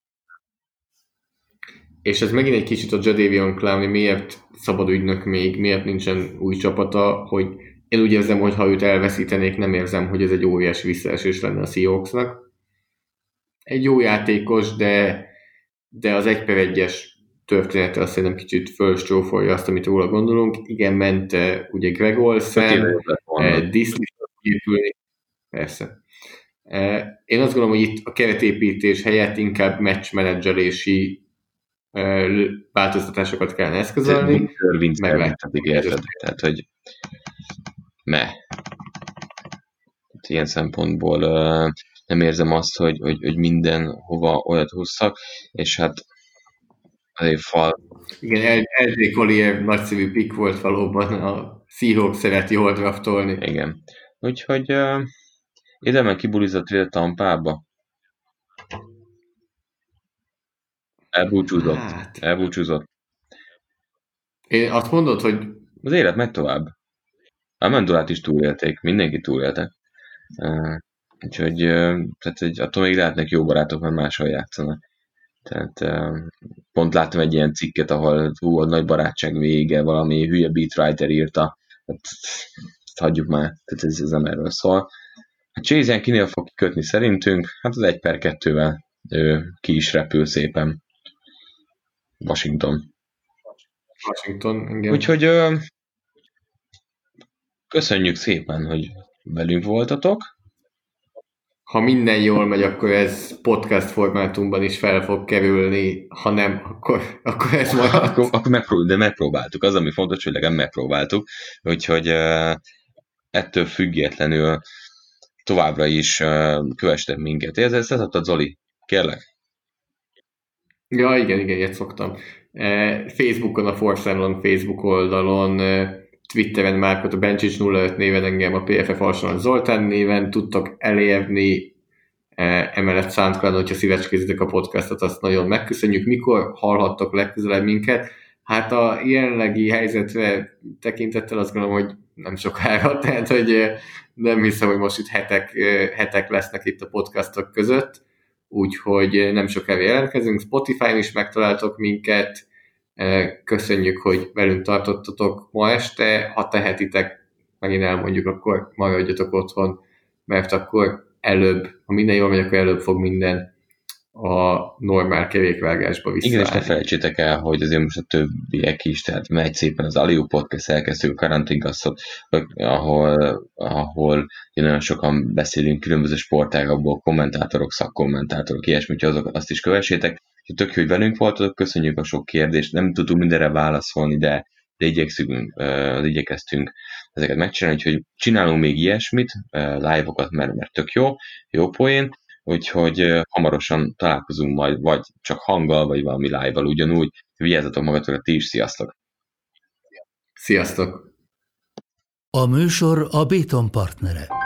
És ez megint egy kicsit a Jadeveon Clowney, miért szabad ügynök még, miért nincsen új csapata, hogy én úgy érzem, hogy ha őt elveszítenék, nem érzem, hogy ez egy óriási visszaesés lenne a Seahawksnak. Egy jó játékos, de az 1/1-es története azt szerintem kicsit fölstrófolja azt, amit róla gondolunk. Igen, ment ugye Greg Olsen, Disney épülni. Persze. Én azt gondolom, hogy itt a keretépítés helyett inkább matchmenedzselési változtatásokat kellene eszközölni. Meglátjuk, érted. Tehát, hogy ilyen szempontból nem érzem azt, hogy mindenhova olyat húzzak, és hát azért fal. Igen, LJ Collier nagyszerű pick volt valóban, a Seahawks szereti jól draftolni. Igen. Úgyhogy Edelman kibulizott a Tampába. Elbúcsúzott. Én azt mondod, hogy... Az élet megy tovább. A Mandolát is túlélték, mindenki túlélte. Úgyhogy tehát, hogy attól még lehetnek jó barátok, mert máshol játszanak. Tehát pont láttam egy ilyen cikket, ahol a nagy barátság vége, valami hülye beatwriter írta. Hát, ezt hagyjuk már, tehát ez nem erről szól. Hát Chase kinél fog kikötni szerintünk? Hát az 1/2-vel ki is repül szépen. Washington, igen. Úgyhogy köszönjük szépen, hogy velünk voltatok. Ha minden jól megy, akkor ez podcast formátumban is fel fog kerülni, ha nem, akkor ez marad. Akkor megpróbáltuk. Az, ami fontos, hogy legalább megpróbáltuk. Úgyhogy ettől függetlenül továbbra is kövessetek minket. Ezt adtad, Zoli? Kérlek? Ja, igen, ilyet szoktam. Facebookon, a Force Long Facebook oldalon, Twitteren Márkot a Bencsics 05 néven, engem a PFF Alsonan Zoltán néven tudtok elérni, emellett SoundCloudon, hogyha szívecskézitek a podcastot, azt nagyon megköszönjük. Mikor hallhattok legközelebb minket? Hát a jelenlegi helyzetre tekintettel azt gondolom, hogy nem sokára, tehát hogy nem hiszem, hogy most itt hetek lesznek itt a podcastok között, úgyhogy nem sokára jelentkezünk. Spotify-n is megtaláltok minket, köszönjük, hogy velünk tartottatok ma este, ha tehetitek, megint elmondjuk, akkor maradjatok otthon, mert akkor előbb, ha minden jól megy, akkor előbb fog minden a normál kerékvágásba visszaállni. Igen, és ne felejtsétek el, hogy azért most a többiek is, tehát megy szépen az Aliu Podcast, elkezdtük a karanténkasztot, ahol nagyon sokan beszélünk különböző sportágakból, kommentátorok, szakkommentátorok, ilyesmi, úgyhogy azt is kövessétek. Tök jó, hogy velünk voltatok, köszönjük a sok kérdést, nem tudtunk mindenre válaszolni, de igyekeztünk ezeket megcsinálni, úgyhogy csinálunk még ilyesmit, live-okat, mert tök jó poén, úgyhogy hamarosan találkozunk majd, vagy csak hanggal, vagy valami live-val ugyanúgy. Vigyázzatok magatokra, ti is, sziasztok! Sziasztok! A műsor a Béton partnere.